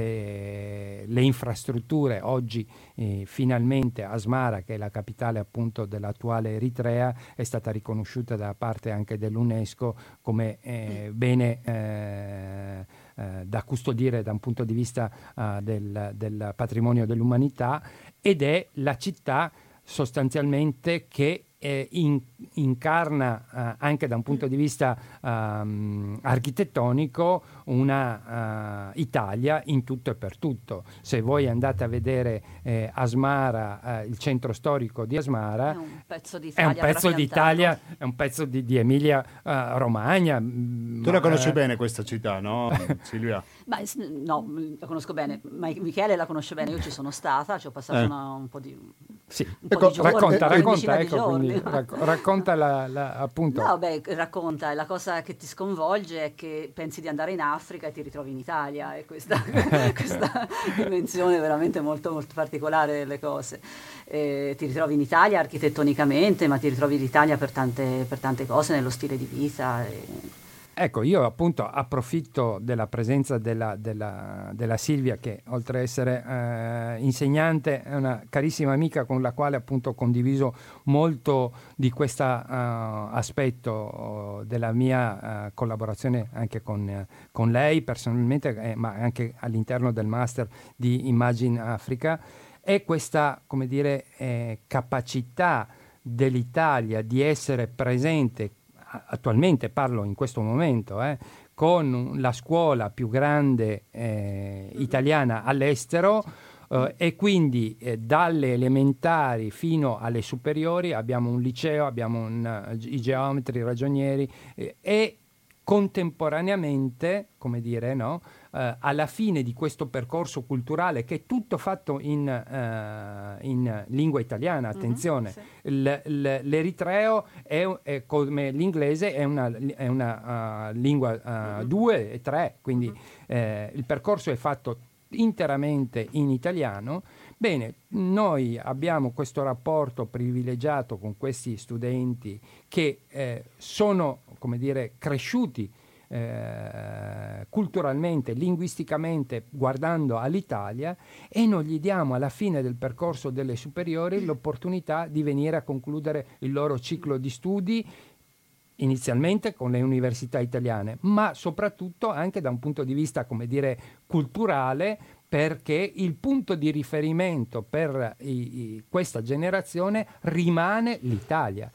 le infrastrutture oggi finalmente Asmara, che è la capitale appunto dell'attuale Eritrea, è stata riconosciuta da parte anche dell'UNESCO come bene da custodire da un punto di vista del patrimonio dell'umanità, ed è la città sostanzialmente che incarna anche da un punto di vista architettonico una Italia in tutto e per tutto. Se voi andate a vedere Asmara, il centro storico di Asmara, è un pezzo d'Italia, è un pezzo di Emilia Romagna. Tu la conosci bene questa città, no, Silvia? Ma, no, la conosco bene, ma Michele la conosce bene, io ci sono stata, ci ho passato un po' di... Sì, ecco, racconta, ecco, quindi racconta appunto. No, beh, racconta, e la cosa che ti sconvolge è che pensi di andare in Africa e ti ritrovi in Italia, e questa dimensione veramente molto, molto particolare delle cose. Ti ritrovi in Italia architettonicamente, ma ti ritrovi in Italia per tante cose, nello stile di vita. Ecco, io appunto approfitto della presenza della Silvia, che oltre a essere insegnante è una carissima amica con la quale appunto ho condiviso molto di questo aspetto della mia collaborazione anche con lei personalmente, ma anche all'interno del master di Imagine Africa. e questa, come dire, capacità dell'Italia di essere presente, attualmente parlo in questo momento, con la scuola più grande italiana all'estero, e quindi dalle elementari fino alle superiori abbiamo un liceo, abbiamo i geometri, i ragionieri, e contemporaneamente, come dire, no? Alla fine di questo percorso culturale, che è tutto fatto in lingua italiana, attenzione, sì. l'eritreo è come l'inglese, è una lingua 2 e 3, quindi il percorso è fatto interamente in italiano. Bene, noi abbiamo questo rapporto privilegiato con questi studenti che sono, come dire, cresciuti culturalmente, linguisticamente, guardando all'Italia, e non gli diamo alla fine del percorso delle superiori l'opportunità di venire a concludere il loro ciclo di studi, inizialmente con le università italiane, ma soprattutto anche da un punto di vista, come dire, culturale, perché il punto di riferimento per questa generazione rimane l'Italia.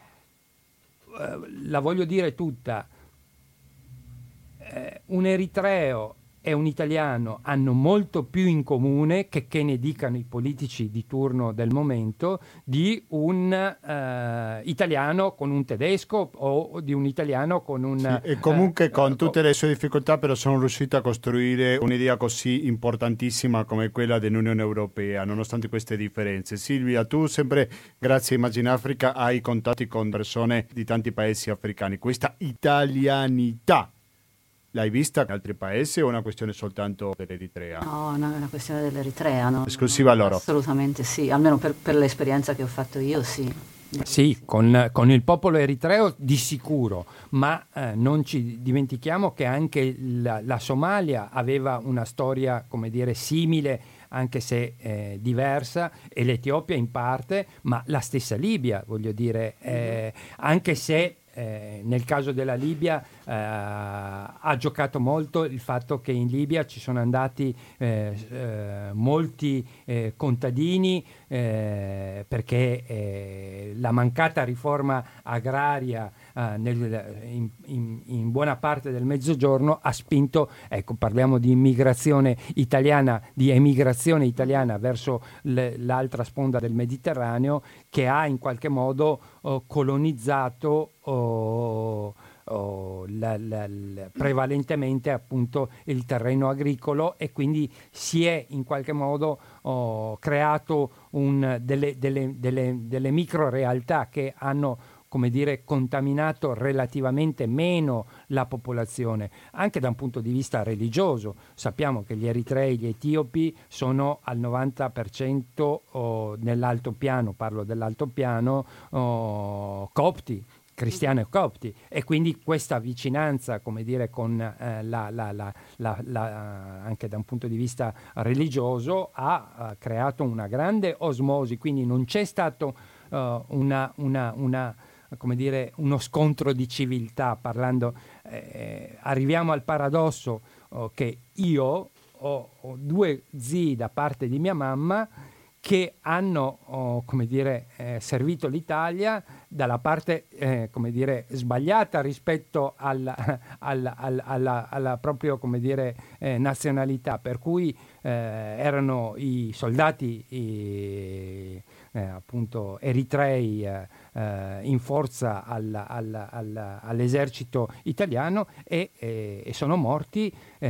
La voglio dire tutta, un eritreo e un italiano hanno molto più in comune, che ne dicano i politici di turno del momento, di un italiano con un tedesco o di un italiano con un... Sì, e comunque con tutte le sue difficoltà però sono riuscito a costruire un'idea così importantissima come quella dell'Unione Europea, nonostante queste differenze. Silvia, tu sempre, grazie a Immagine Africa, hai contatti con persone di tanti paesi africani. Questa italianità l'hai vista in altri paesi o è una questione soltanto dell'Eritrea? No, è una questione dell'Eritrea, no? Esclusiva loro? Assolutamente sì, almeno per l'esperienza che ho fatto io, sì. Sì, con il popolo eritreo di sicuro, ma non ci dimentichiamo che anche la Somalia aveva una storia, come dire, simile, anche se diversa, e l'Etiopia in parte, ma la stessa Libia, voglio dire, anche se nel caso della Libia ha giocato molto il fatto che in Libia ci sono andati molti contadini, perché la mancata riforma agraria in buona parte del Mezzogiorno ha spinto, ecco, parliamo di immigrazione italiana, di emigrazione italiana verso l'altra sponda del Mediterraneo, che ha in qualche modo colonizzato prevalentemente appunto il terreno agricolo, e quindi si è in qualche modo creato delle micro realtà che hanno, come dire, contaminato relativamente meno la popolazione, anche da un punto di vista religioso. Sappiamo che gli eritrei, gli etiopi sono al 90% nell'altopiano, parlo dell'altopiano, copti, cristiani e copti, e quindi questa vicinanza, come dire, con anche da un punto di vista religioso ha creato una grande osmosi, quindi non c'è stato come dire, uno scontro di civiltà, parlando, arriviamo al paradosso che io ho due zii da parte di mia mamma che hanno, come dire, servito l'Italia dalla parte, come dire, sbagliata rispetto alla proprio, come dire, nazionalità, per cui erano i soldati appunto eritrei in forza all'esercito italiano, e sono morti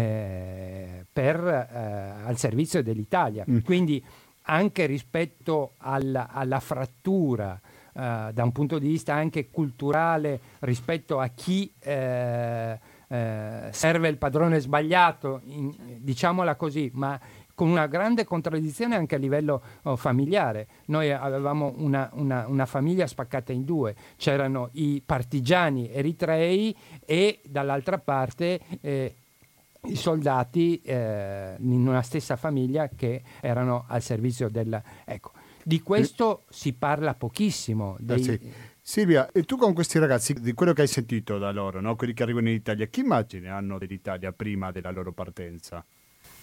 al servizio dell'Italia. Quindi anche rispetto alla frattura da un punto di vista anche culturale rispetto a chi serve il padrone sbagliato, diciamola così, ma con una grande contraddizione anche a livello familiare. Noi avevamo una famiglia spaccata in due: c'erano i partigiani eritrei e dall'altra parte i soldati in una stessa famiglia che erano al servizio ecco, di questo si parla pochissimo. Sì. Silvia, e tu con questi ragazzi, di quello che hai sentito da loro, no? Quelli che arrivano in Italia, che immagine hanno dell'Italia prima della loro partenza?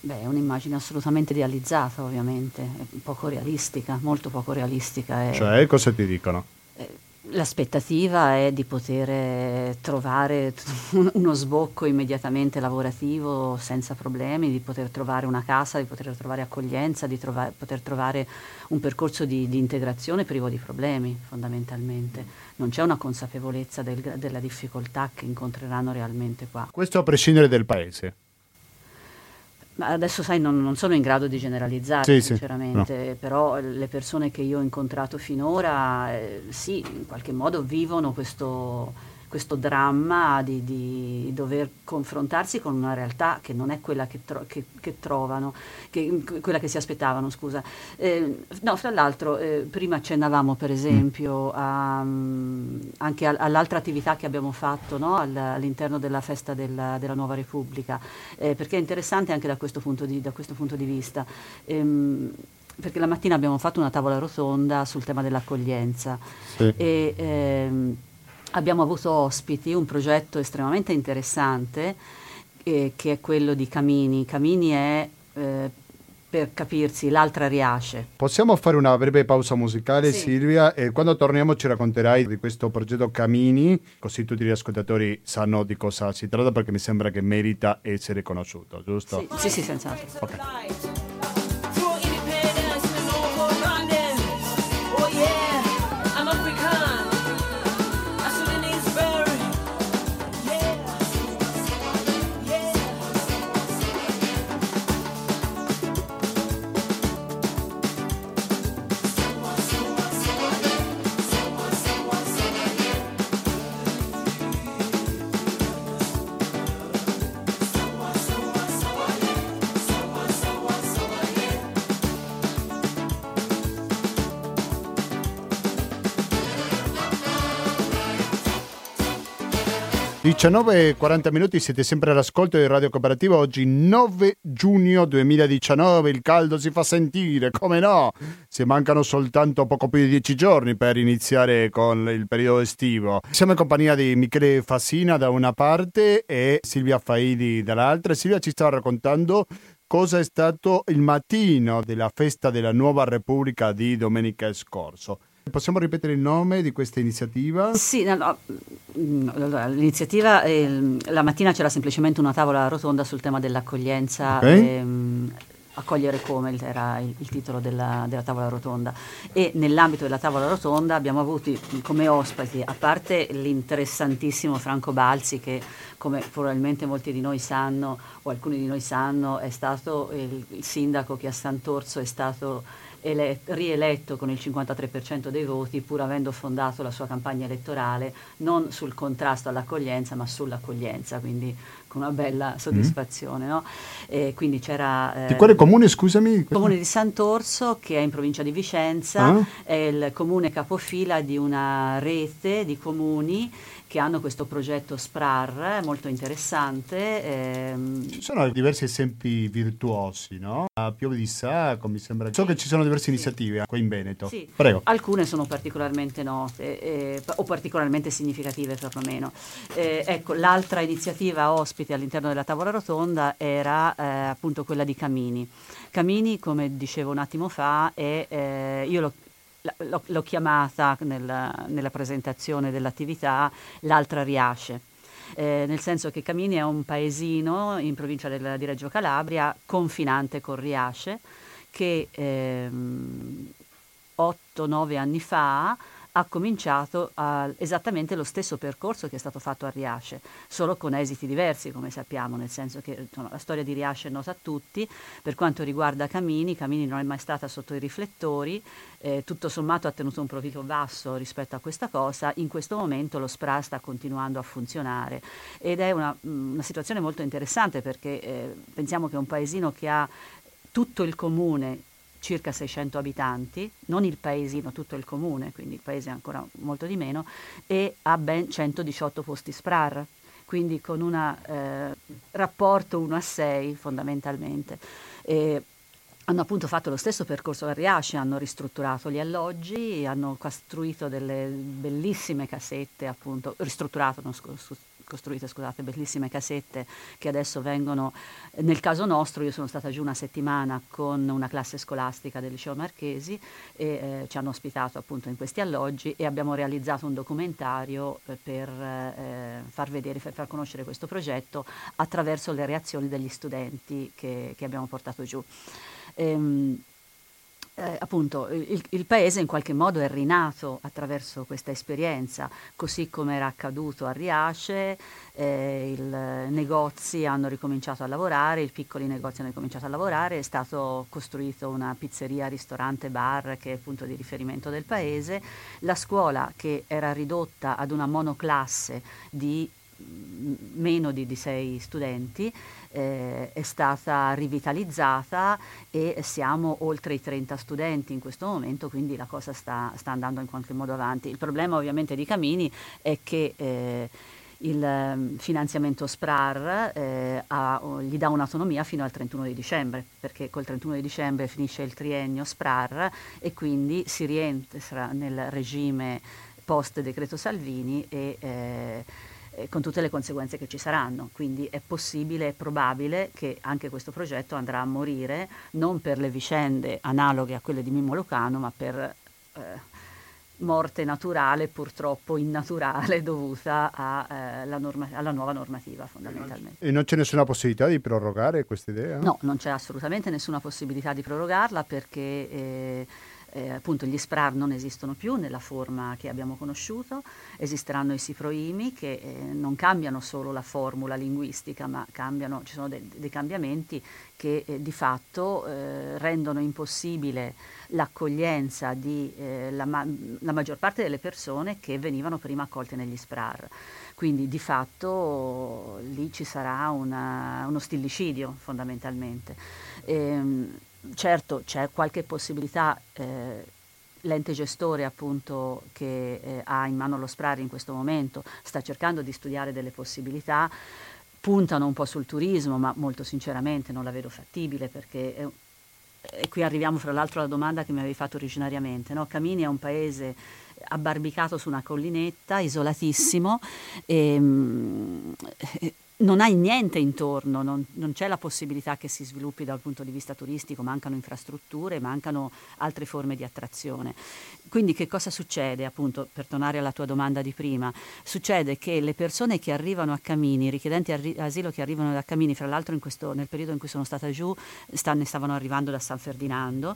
Beh, è un'immagine assolutamente idealizzata, ovviamente, è poco realistica, molto poco realistica. Cioè, cosa ti dicono? L'aspettativa è di poter trovare uno sbocco immediatamente lavorativo senza problemi, di poter trovare una casa, di poter trovare accoglienza, di poter trovare un percorso di integrazione privo di problemi, fondamentalmente. Non c'è una consapevolezza della difficoltà che incontreranno realmente qua. Questo a prescindere del paese. Ma adesso sai, non sono in grado di generalizzare, Sì, sinceramente, no. però le persone che io ho incontrato finora, sì, in qualche modo vivono questo dramma di dover confrontarsi con una realtà che non è quella che trovano, quella che si aspettavano, scusa. No, fra l'altro, prima accennavamo per esempio anche all'altra attività che abbiamo fatto, no? All'interno della festa della Nuova Repubblica, perché è interessante anche da questo punto di vista. Perché la mattina abbiamo fatto una tavola rotonda sul tema dell'accoglienza. Sì. E abbiamo avuto ospiti un progetto estremamente interessante che è quello di Camini. Camini è, per capirsi, l'altra Riace. Possiamo fare una breve pausa musicale, Sì. Silvia, e quando torniamo ci racconterai di questo progetto Camini, così tutti gli ascoltatori sanno di cosa si tratta, perché mi sembra che merita essere conosciuto, giusto? Sì, senz'altro. Ok. (19:40), siete sempre all'ascolto di Radio Cooperativa. Oggi 9 giugno 2019, il caldo si fa sentire, come no? Se mancano soltanto poco più di 10 giorni per iniziare con il periodo estivo. Siamo in compagnia di Michele Fassina da una parte e Silvia Faidi dall'altra. Silvia ci stava raccontando cosa è stato il mattino della festa della Nuova Repubblica di domenica scorso. Possiamo ripetere il nome di questa iniziativa? Sì, allora, l'iniziativa, la mattina c'era semplicemente una tavola rotonda sul tema dell'accoglienza. Okay. Accogliere come era il titolo della tavola rotonda, e nell'ambito della tavola rotonda abbiamo avuto come ospiti, a parte l'interessantissimo Franco Balzi, che come probabilmente molti di noi sanno o alcuni di noi sanno è stato il sindaco che a Sant'Orso è stato rieletto con il 53% dei voti, pur avendo fondato la sua campagna elettorale non sul contrasto all'accoglienza ma sull'accoglienza, quindi con una bella soddisfazione, no? E quindi c'era di quale comune, scusami? Il comune di Sant'Orso, che è in provincia di Vicenza, è il comune capofila di una rete di comuni che hanno questo progetto SPRAR molto interessante. Ci sono diversi esempi virtuosi, no? A Piove di Sacco, mi sembra. So che ci sono diverse iniziative qui in Veneto. Sì. Prego. Alcune sono particolarmente note o particolarmente significative perlomeno. Ecco, l'altra iniziativa ospite all'interno della tavola rotonda era appunto quella di Camini. Camini, come dicevo un attimo fa, io l'ho chiamata nella presentazione dell'attività l'altra Riace, nel senso che Camini è un paesino in provincia di Reggio Calabria, confinante con Riace, che 8-9 anni fa ha cominciato esattamente lo stesso percorso che è stato fatto a Riace, solo con esiti diversi, come sappiamo, nel senso che la storia di Riace è nota a tutti. Per quanto riguarda Camini non è mai stata sotto i riflettori, tutto sommato ha tenuto un profilo basso rispetto a questa cosa. In questo momento lo SPRA sta continuando a funzionare ed è una situazione molto interessante, perché pensiamo che è un paesino che ha tutto il comune, circa 600 abitanti, non il paesino, tutto il comune, quindi il paese ancora molto di meno, e ha ben 118 posti SPRAR, quindi con un rapporto 1:6 fondamentalmente. Hanno appunto fatto lo stesso percorso a Riace, hanno ristrutturato gli alloggi, hanno costruito delle bellissime casette, appunto, ristrutturato, costruite, scusate, bellissime casette che adesso vengono, nel caso nostro io sono stata giù una settimana con una classe scolastica del liceo Marchesi e ci hanno ospitato appunto in questi alloggi e abbiamo realizzato un documentario per far conoscere questo progetto attraverso le reazioni degli studenti che abbiamo portato giù. Appunto il paese in qualche modo è rinato attraverso questa esperienza, così come era accaduto a Riace, i negozi hanno ricominciato a lavorare, i piccoli negozi hanno ricominciato a lavorare, è stato costruito una pizzeria, ristorante, bar che è il punto di riferimento del paese, la scuola che era ridotta ad una monoclasse di meno di 6 studenti è stata rivitalizzata e siamo oltre i 30 studenti in questo momento, quindi la cosa sta andando in qualche modo avanti. Il problema ovviamente di Camini è che il finanziamento SPRAR gli dà un'autonomia fino al 31 di dicembre, perché col 31 di dicembre finisce il triennio SPRAR e quindi si rientra nel regime post decreto Salvini e con tutte le conseguenze che ci saranno, quindi è possibile, è probabile che anche questo progetto andrà a morire, non per le vicende analoghe a quelle di Mimmo Lucano, ma per morte naturale, purtroppo innaturale, dovuta alla nuova normativa fondamentalmente. E non c'è nessuna possibilità di prorogare questa idea? No, non c'è assolutamente nessuna possibilità di prorogarla perché appunto gli SPRAR non esistono più nella forma che abbiamo conosciuto, esisteranno i SIPROIMI che non cambiano solo la formula linguistica, ma ci sono dei cambiamenti che di fatto rendono impossibile l'accoglienza di la maggior parte delle persone che venivano prima accolte negli SPRAR. Quindi di fatto lì ci sarà uno stillicidio fondamentalmente. Certo c'è qualche possibilità, l'ente gestore appunto che ha in mano lo SPRAR in questo momento sta cercando di studiare delle possibilità, puntano un po' sul turismo, ma molto sinceramente non la vedo fattibile perché e qui arriviamo fra l'altro alla domanda che mi avevi fatto originariamente, no? Camini è un paese abbarbicato su una collinetta, isolatissimo, non hai niente intorno, non c'è la possibilità che si sviluppi dal punto di vista turistico, mancano infrastrutture, mancano altre forme di attrazione. Quindi che cosa succede, appunto, per tornare alla tua domanda di prima? Succede che le persone che arrivano a Camini, i richiedenti asilo che arrivano da Camini, fra l'altro nel periodo in cui sono stata giù, ne stavano arrivando da San Ferdinando,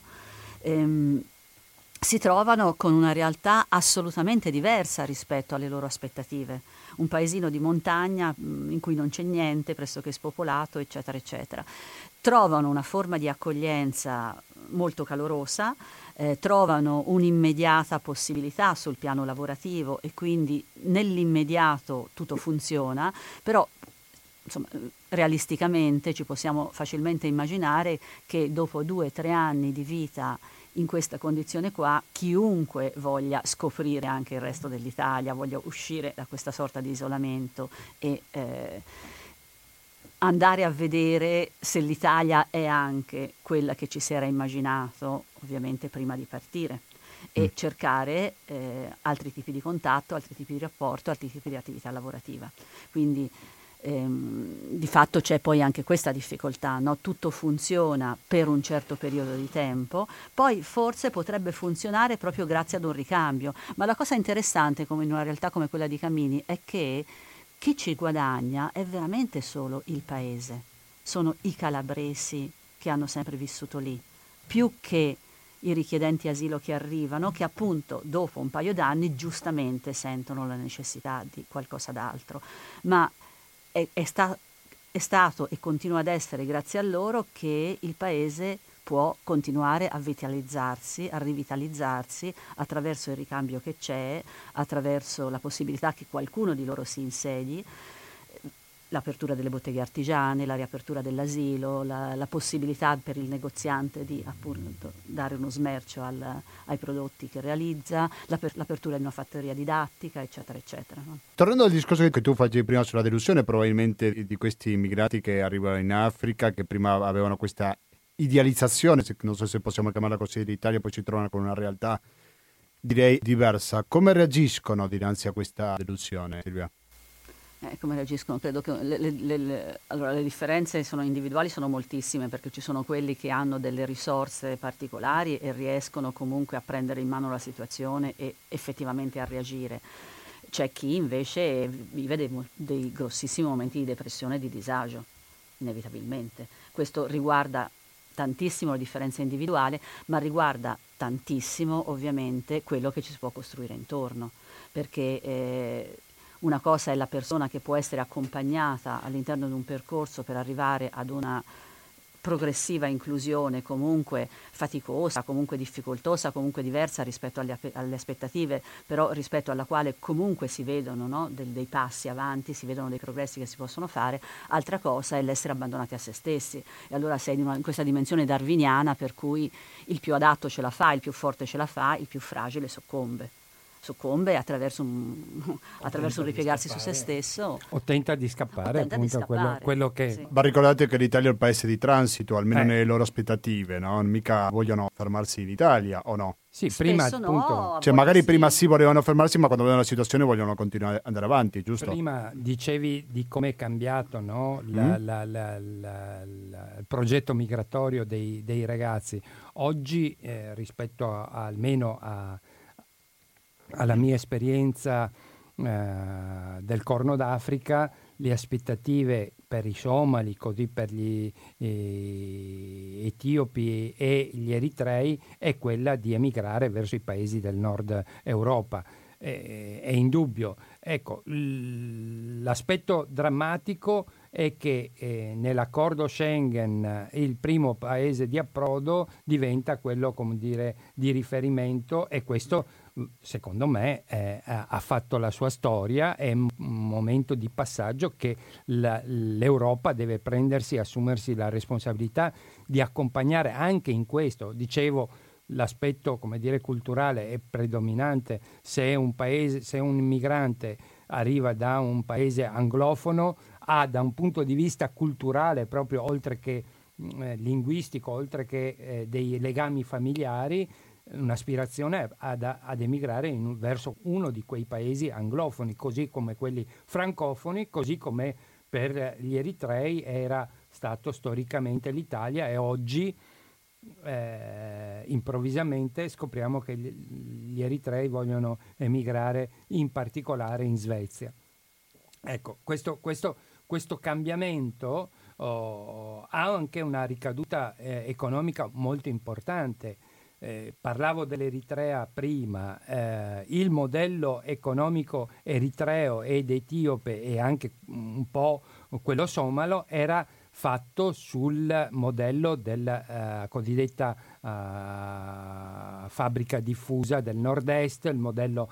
si trovano con una realtà assolutamente diversa rispetto alle loro aspettative. Un paesino di montagna in cui non c'è niente, pressoché spopolato, eccetera, eccetera. Trovano una forma di accoglienza molto calorosa, trovano un'immediata possibilità sul piano lavorativo e quindi nell'immediato tutto funziona, però insomma, realisticamente ci possiamo facilmente immaginare che dopo 2 o 3 anni di vita in questa condizione qua, chiunque voglia scoprire anche il resto dell'Italia, voglia uscire da questa sorta di isolamento e andare a vedere se l'Italia è anche quella che ci si era immaginato, ovviamente prima di partire, e cercare altri tipi di contatto, altri tipi di rapporto, altri tipi di attività lavorativa. Quindi di fatto c'è poi anche questa difficoltà, no? Tutto funziona per un certo periodo di tempo, poi forse potrebbe funzionare proprio grazie ad un ricambio, ma la cosa interessante come in una realtà come quella di Camini è che chi ci guadagna è veramente solo il paese, sono i calabresi che hanno sempre vissuto lì, più che i richiedenti asilo che arrivano, che appunto dopo un paio d'anni giustamente sentono la necessità di qualcosa d'altro, ma è stato e continua ad essere grazie a loro che il paese può continuare a vitalizzarsi, a rivitalizzarsi attraverso il ricambio che c'è, attraverso la possibilità che qualcuno di loro si insedi, l'apertura delle botteghe artigiane, la riapertura dell'asilo, la possibilità per il negoziante di appunto dare uno smercio ai prodotti che realizza, l'apertura di una fattoria didattica, eccetera, eccetera. No? Tornando al discorso che tu facevi prima sulla delusione probabilmente di questi immigrati che arrivano in Africa, che prima avevano questa idealizzazione, non so se possiamo chiamarla così, d'Italia, poi ci trovano con una realtà direi diversa. Come reagiscono dinanzi a questa delusione, Silvia? Come reagiscono? Credo che allora, le differenze sono individuali, sono moltissime, perché ci sono quelli che hanno delle risorse particolari e riescono comunque a prendere in mano la situazione e effettivamente a reagire. C'è chi invece vive dei grossissimi momenti di depressione e di disagio, inevitabilmente. Questo riguarda tantissimo la differenza individuale, ma riguarda tantissimo ovviamente quello che ci si può costruire intorno, perché una cosa è la persona che può essere accompagnata all'interno di un percorso per arrivare ad una progressiva inclusione comunque faticosa, comunque difficoltosa, comunque diversa rispetto alle aspettative, però rispetto alla quale comunque si vedono, no, dei passi avanti, si vedono dei progressi che si possono fare. Altra cosa è l'essere abbandonati a se stessi, e allora sei in questa dimensione darwiniana per cui il più adatto ce la fa, il più forte ce la fa, il più fragile soccombe attraverso un ripiegarsi su se stesso. O tenta di scappare, appunto, quello che... Sì. Ma ricordate che l'Italia è un paese di transito, almeno nelle loro aspettative, no? Mica vogliono fermarsi in Italia, o no? Sì, prima Spesso appunto... no, Cioè magari prima sì volevano fermarsi, ma quando vedono la situazione vogliono continuare ad andare avanti, giusto? Prima dicevi di come è cambiato, no? Il progetto migratorio dei ragazzi. Oggi, rispetto almeno alla mia esperienza del Corno d'Africa, le aspettative per i somali, così per gli etiopi e gli eritrei, è quella di emigrare verso i paesi del nord Europa. È indubbio. Ecco, l'aspetto drammatico è che nell'accordo Schengen il primo paese di approdo diventa quello, come dire, di riferimento, e questo secondo me ha fatto la sua storia. È un momento di passaggio che l'Europa deve prendersi, assumersi la responsabilità di accompagnare anche in questo. Dicevo, l'aspetto, come dire, culturale è predominante. Se un immigrante arriva da un paese anglofono, ha da un punto di vista culturale, proprio oltre che linguistico, oltre che dei legami familiari, un'aspirazione ad emigrare verso uno di quei paesi anglofoni, così come quelli francofoni, così come per gli eritrei era stato storicamente l'Italia, e oggi improvvisamente scopriamo che gli eritrei vogliono emigrare in particolare in Svezia. Ecco, questo cambiamento ha anche una ricaduta economica molto importante. Parlavo dell'Eritrea prima, il modello economico eritreo ed etiope, e anche un po' quello somalo, era fatto sul modello della cosiddetta fabbrica diffusa del nord-est, il modello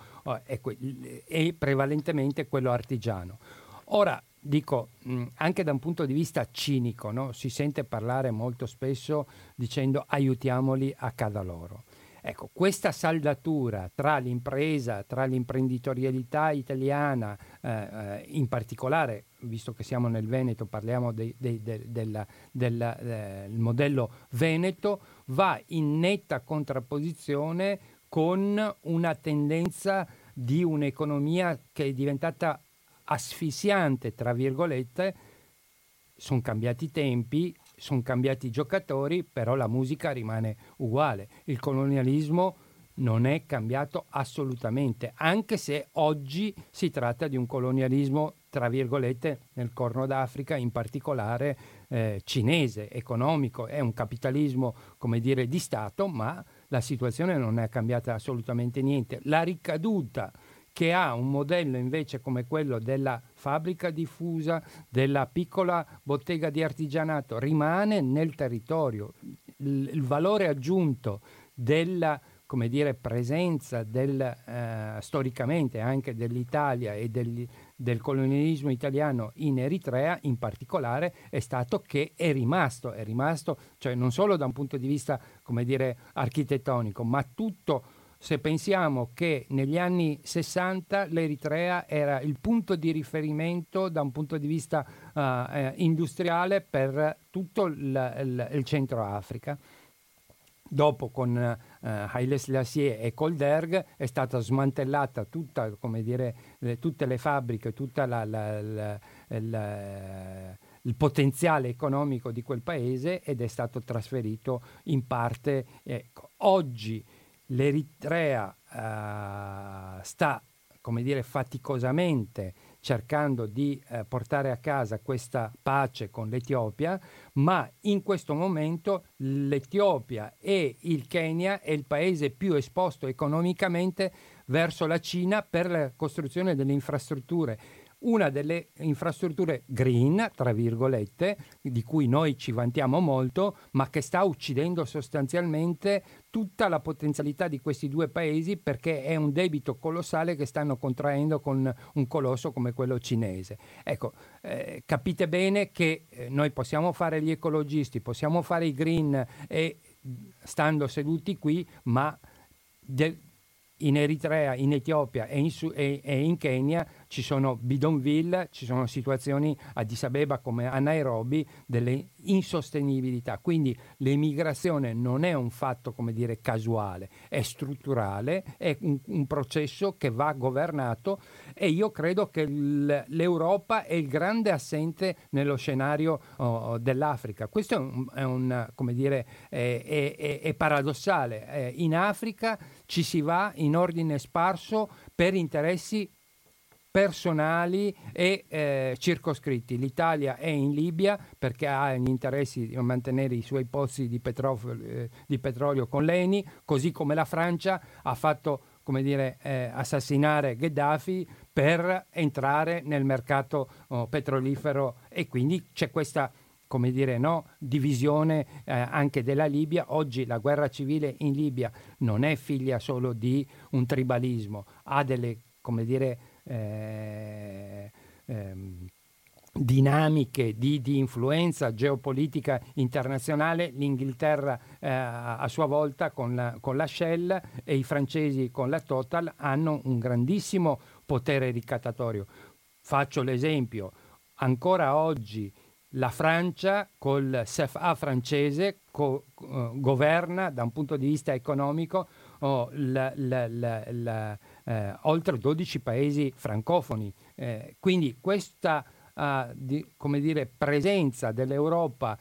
è prevalentemente quello artigiano. Ora, dico, anche da un punto di vista cinico, no? Si sente parlare molto spesso dicendo aiutiamoli a casa loro. Ecco, questa saldatura tra l'impresa, tra l'imprenditorialità italiana, in particolare, visto che siamo nel Veneto, parliamo del modello veneto, va in netta contrapposizione con una tendenza di un'economia che è diventata asfissiante, tra virgolette. Sono cambiati i tempi, sono cambiati i giocatori, però la musica rimane uguale. Il colonialismo non è cambiato assolutamente, anche se oggi si tratta di un colonialismo, tra virgolette, nel Corno d'Africa, in particolare cinese, economico. È un capitalismo, come dire, di Stato, ma la situazione non è cambiata assolutamente niente. La ricaduta che ha un modello invece come quello della fabbrica diffusa, della piccola bottega di artigianato, rimane nel territorio. Il valore aggiunto della, come dire, presenza storicamente anche dell'Italia e del colonialismo italiano in Eritrea in particolare è stato che è rimasto, cioè non solo da un punto di vista, come dire, architettonico, ma tutto. Se pensiamo che negli anni 60 l'Eritrea era il punto di riferimento da un punto di vista industriale per tutto il Centro Africa, Dopo con Haile Selassie e col Derg è stata smantellata tutta, come dire, tutte le fabbriche, tutta il potenziale economico di quel paese, ed è stato trasferito in parte. Ecco. Oggi l'Eritrea sta, come dire, faticosamente cercando di portare a casa questa pace con l'Etiopia, ma in questo momento l'Etiopia e il Kenya è il paese più esposto economicamente verso la Cina per la costruzione delle infrastrutture. Una delle infrastrutture green, tra virgolette, di cui noi ci vantiamo molto, ma che sta uccidendo sostanzialmente tutta la potenzialità di questi due paesi, perché è un debito colossale che stanno contraendo con un colosso come quello cinese. Ecco, capite bene che noi possiamo fare gli ecologisti, possiamo fare i green e stando seduti qui, ma in Eritrea, in Etiopia e in Kenya ci sono bidonville, ci sono situazioni a Addis Abeba come a Nairobi delle insostenibilità. Quindi l'emigrazione non è un fatto, come dire, casuale, è strutturale, è un processo che va governato, e io credo che l'Europa è il grande assente nello scenario dell'Africa. Questo è come dire, è paradossale. In Africa ci si va in ordine sparso per interessi personali e circoscritti. L'Italia è in Libia perché ha gli interessi di mantenere i suoi pozzi di petrolio con l'ENI, così come la Francia ha fatto, come dire, assassinare Gheddafi per entrare nel mercato petrolifero, e quindi c'è questa, come dire, divisione anche della Libia. Oggi la guerra civile in Libia non è figlia solo di un tribalismo, ha delle, come dire, dinamiche di influenza geopolitica internazionale. L'Inghilterra a sua volta con la Shell e i francesi con la Total hanno un grandissimo potere ricattatorio. Faccio l'esempio, ancora oggi la Francia col CFA francese governa da un punto di vista economico oltre 12 paesi francofoni. Quindi questa come dire, presenza dell'Europa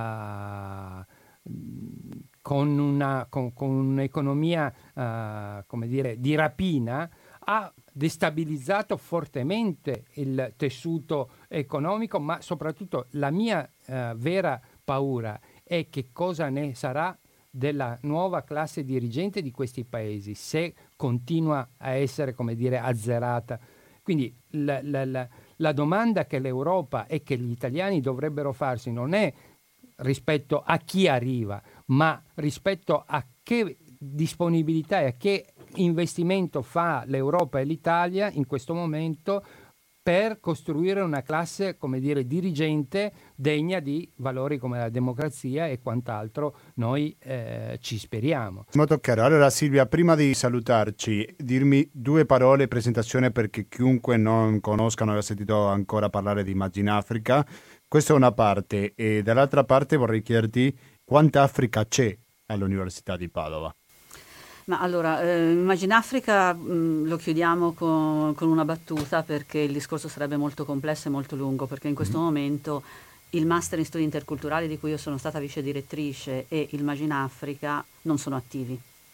con un'economia come dire, di rapina ha destabilizzato fortemente il tessuto economico, ma soprattutto la mia vera paura è che cosa ne sarà della nuova classe dirigente di questi paesi se continua a essere, come dire, azzerata. Quindi la domanda che l'Europa e che gli italiani dovrebbero farsi non è rispetto a chi arriva, ma rispetto a che disponibilità e a che investimento fa l'Europa e l'Italia in questo momento per costruire una classe, come dire, dirigente degna di valori come la democrazia e quant'altro noi ci speriamo. Molto chiaro. Allora Silvia, prima di salutarci, dirmi due parole, presentazione perché chiunque non conosca, non abbia sentito ancora parlare di Immagine Africa. Questa è una parte, e dall'altra parte vorrei chiederti quanta Africa c'è all'Università di Padova. Ma allora, Immagine Africa lo chiudiamo con una battuta, perché il discorso sarebbe molto complesso e molto lungo, perché in questo momento il Master in Studi Interculturali, di cui io sono stata vice direttrice, e Immagine Africa non sono attivi.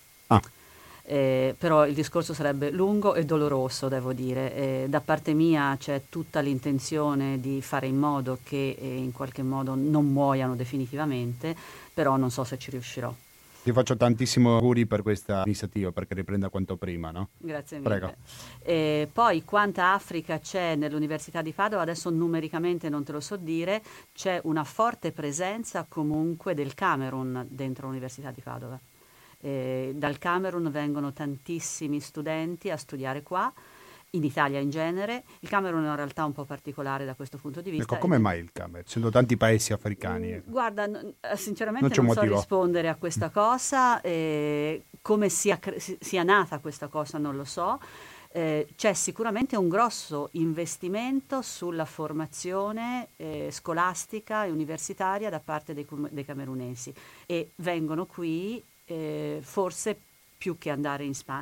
Però il discorso sarebbe lungo e doloroso, devo dire. Da parte mia c'è tutta l'intenzione di fare in modo che in qualche modo non muoiano definitivamente, però non so se ci riuscirò. Ti faccio tantissimi auguri per questa iniziativa, perché riprenda quanto prima, no? Grazie mille. Prego. Poi quanta Africa c'è nell'Università di Padova, adesso numericamente non te lo so dire, c'è una forte presenza comunque del Camerun dentro l'Università di Padova. Dal Camerun vengono tantissimi studenti a studiare qua, in Italia in genere. Il Camerun è una realtà un po' particolare da questo punto di vista. Ecco, come mai il Camerun? Essendo tanti paesi africani. Guarda, sinceramente non so rispondere a questa cosa, come sia nata questa cosa non lo so. C'è sicuramente un grosso investimento sulla formazione scolastica e universitaria da parte dei camerunesi, e vengono qui forse più che andare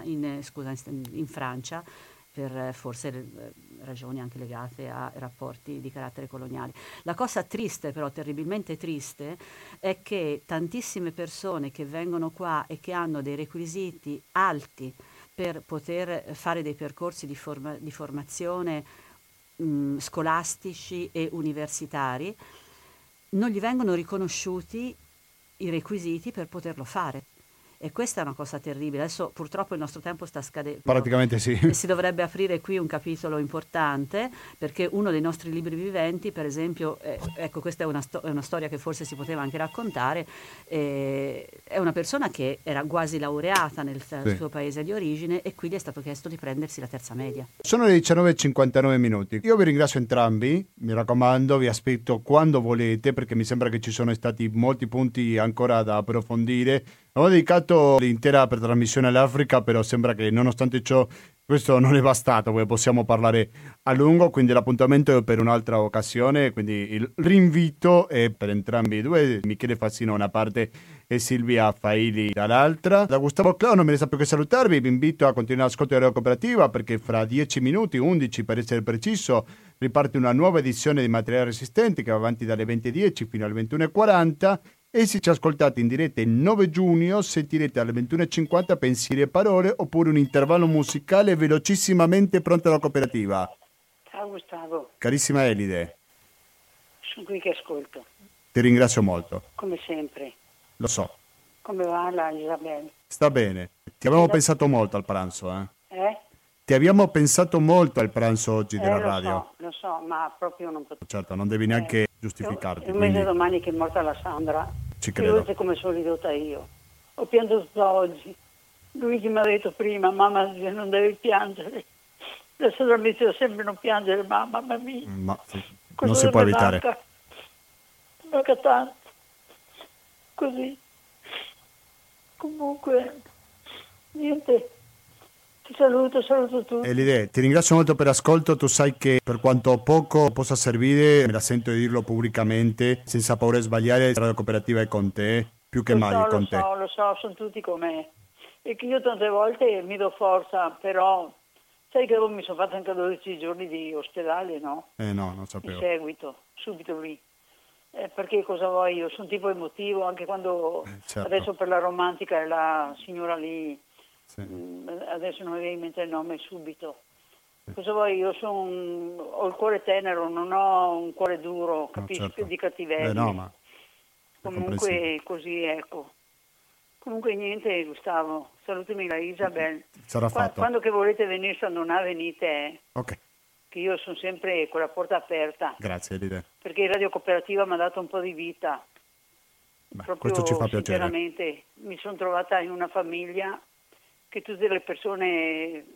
in Francia, per forse ragioni anche legate a rapporti di carattere coloniale. La cosa triste, però terribilmente triste, è che tantissime persone che vengono qua e che hanno dei requisiti alti per poter fare dei percorsi di formazione scolastici e universitari, non gli vengono riconosciuti i requisiti per poterlo fare. E questa è una cosa terribile. Adesso purtroppo il nostro tempo sta scadendo. Praticamente sì. E si dovrebbe aprire qui un capitolo importante, perché uno dei nostri libri viventi, per esempio, ecco, questa è una storia che forse si poteva anche raccontare, è una persona che era quasi laureata nel suo paese di origine e qui gli è stato chiesto di prendersi la terza media. Sono le 19:59 minuti. Io vi ringrazio entrambi, mi raccomando, vi aspetto quando volete, perché mi sembra che ci sono stati molti punti ancora da approfondire. Abbiamo dedicato l'intera trasmissione all'Africa, però sembra che nonostante ciò questo non è bastato, perché possiamo parlare a lungo, quindi l'appuntamento è per un'altra occasione, quindi il rinvito è per entrambi i due, Michele Fassino da una parte e Silvia Faili dall'altra. Da Gustavo Claudio non mi resta più che salutarvi, vi invito a continuare l'ascolto di Radio Cooperativa, perché fra 10 minuti, 11 per essere preciso, riparte una nuova edizione di Materiale Resistente che va avanti dalle 20:10 fino alle 21:40. E se ci ascoltate in diretta il 9 giugno sentirete alle 21:50 pensieri e parole, oppure un intervallo musicale velocissimamente pronto alla cooperativa. Ciao Gustavo. Carissima Elide. Sono qui che ascolto. Ti ringrazio molto. Come sempre. Lo so. Come va la Isabella? Sta bene. Ti abbiamo pensato molto al pranzo, Eh? Ti abbiamo pensato molto al pranzo oggi della radio. Lo so, ma proprio non potevo. Certo, non devi neanche giustificarti. È un mese domani che è morta la Sandra. Ci credo. Figurati come sono ridotta io. Ho pianto tutta oggi. Luigi mi ha detto prima, mamma non devi piangere. Adesso mi dice sempre non piangere, mamma mia. Ma sì, non si può evitare. Manca tanto. Così. Comunque, niente. Ti saluto tutti. Elide, ti ringrazio molto per l'ascolto, tu sai che per quanto poco possa servire, me la sento di dirlo pubblicamente, senza paura di sbagliare, la Radio Cooperativa è con te, più che mai è con te. Lo so, sono tutti come me. E che io tante volte mi do forza, però sai che mi sono fatto anche 12 giorni di ospedale, no? No, non sapevo. In seguito, subito lì. Perché cosa vuoi? Io sono tipo emotivo, anche quando certo. Adesso per la romantica è la signora lì. Sì. Adesso non mi viene in mente il nome subito. Cosa vuoi? Io ho il cuore tenero, non ho un cuore duro, capisci? No, certo. Di cattiveria. No, ma comunque così, ecco. Comunque niente, Gustavo, salutami la Isabel. Sarà fatto. Quando che volete venire a Sandonà, venite. Ok. Che io sono sempre con la porta aperta. Grazie, Elide. Perché il Radio Cooperativa mi ha dato un po' di vita. Proprio, questo ci fa piacere. Sinceramente, mi sono trovata in una famiglia che tutte le persone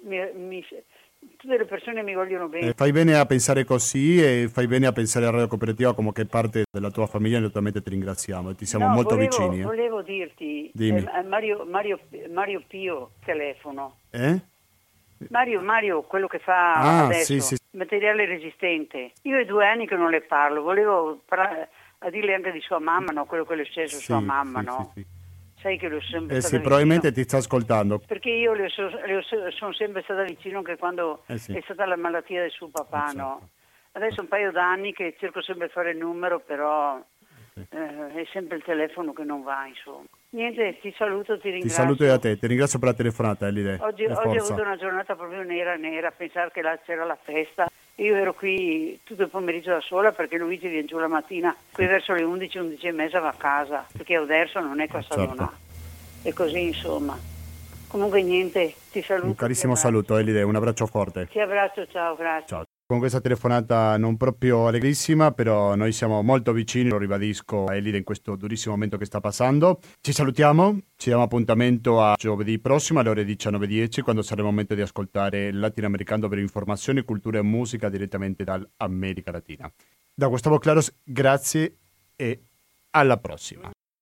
mi vogliono bene. Fai bene a pensare così e fai bene a pensare a Radio Cooperativa come che parte della tua famiglia, e naturalmente ti ringraziamo e ti siamo molto vicini. Volevo dirti, Mario Pio telefono. Mario, quello che fa adesso, sì. Materiale Resistente. Io è 2 anni che non le parlo, volevo a dirle anche di sua mamma, no? Quello che le è successo a sua mamma, no? Sì. Sai che l'ho sempre stata probabilmente vicino. ti sta ascoltando. Perché io sono sempre stata vicino anche quando è stata la malattia del suo papà, certo. no? Adesso un paio d'anni che cerco sempre di fare il numero, però è sempre il telefono che non va, insomma. Niente, ti saluto, ti ringrazio. Ti saluto io a te, ti ringrazio per la telefonata, Elide. Oggi ho avuto una giornata proprio nera, a pensare che là c'era la festa. Io ero qui tutto il pomeriggio da sola perché Luigi viene giù la mattina, qui verso le 11, 11:30 va a casa, perché Oderso non è qua a Sandonà. E così insomma. Comunque niente, ti saluto. Un carissimo saluto, Elide, un abbraccio forte. Ti abbraccio, ciao, grazie. Ciao. Con questa telefonata non proprio allegrissima, però noi siamo molto vicini, lo ribadisco a Elide in questo durissimo momento che sta passando. Ci salutiamo, ci diamo appuntamento a giovedì prossimo alle ore 19:10 quando sarà il momento di ascoltare il latinoamericano per informazioni, cultura e musica direttamente dall'America Latina. Da Gustavo Claros, grazie e alla prossima.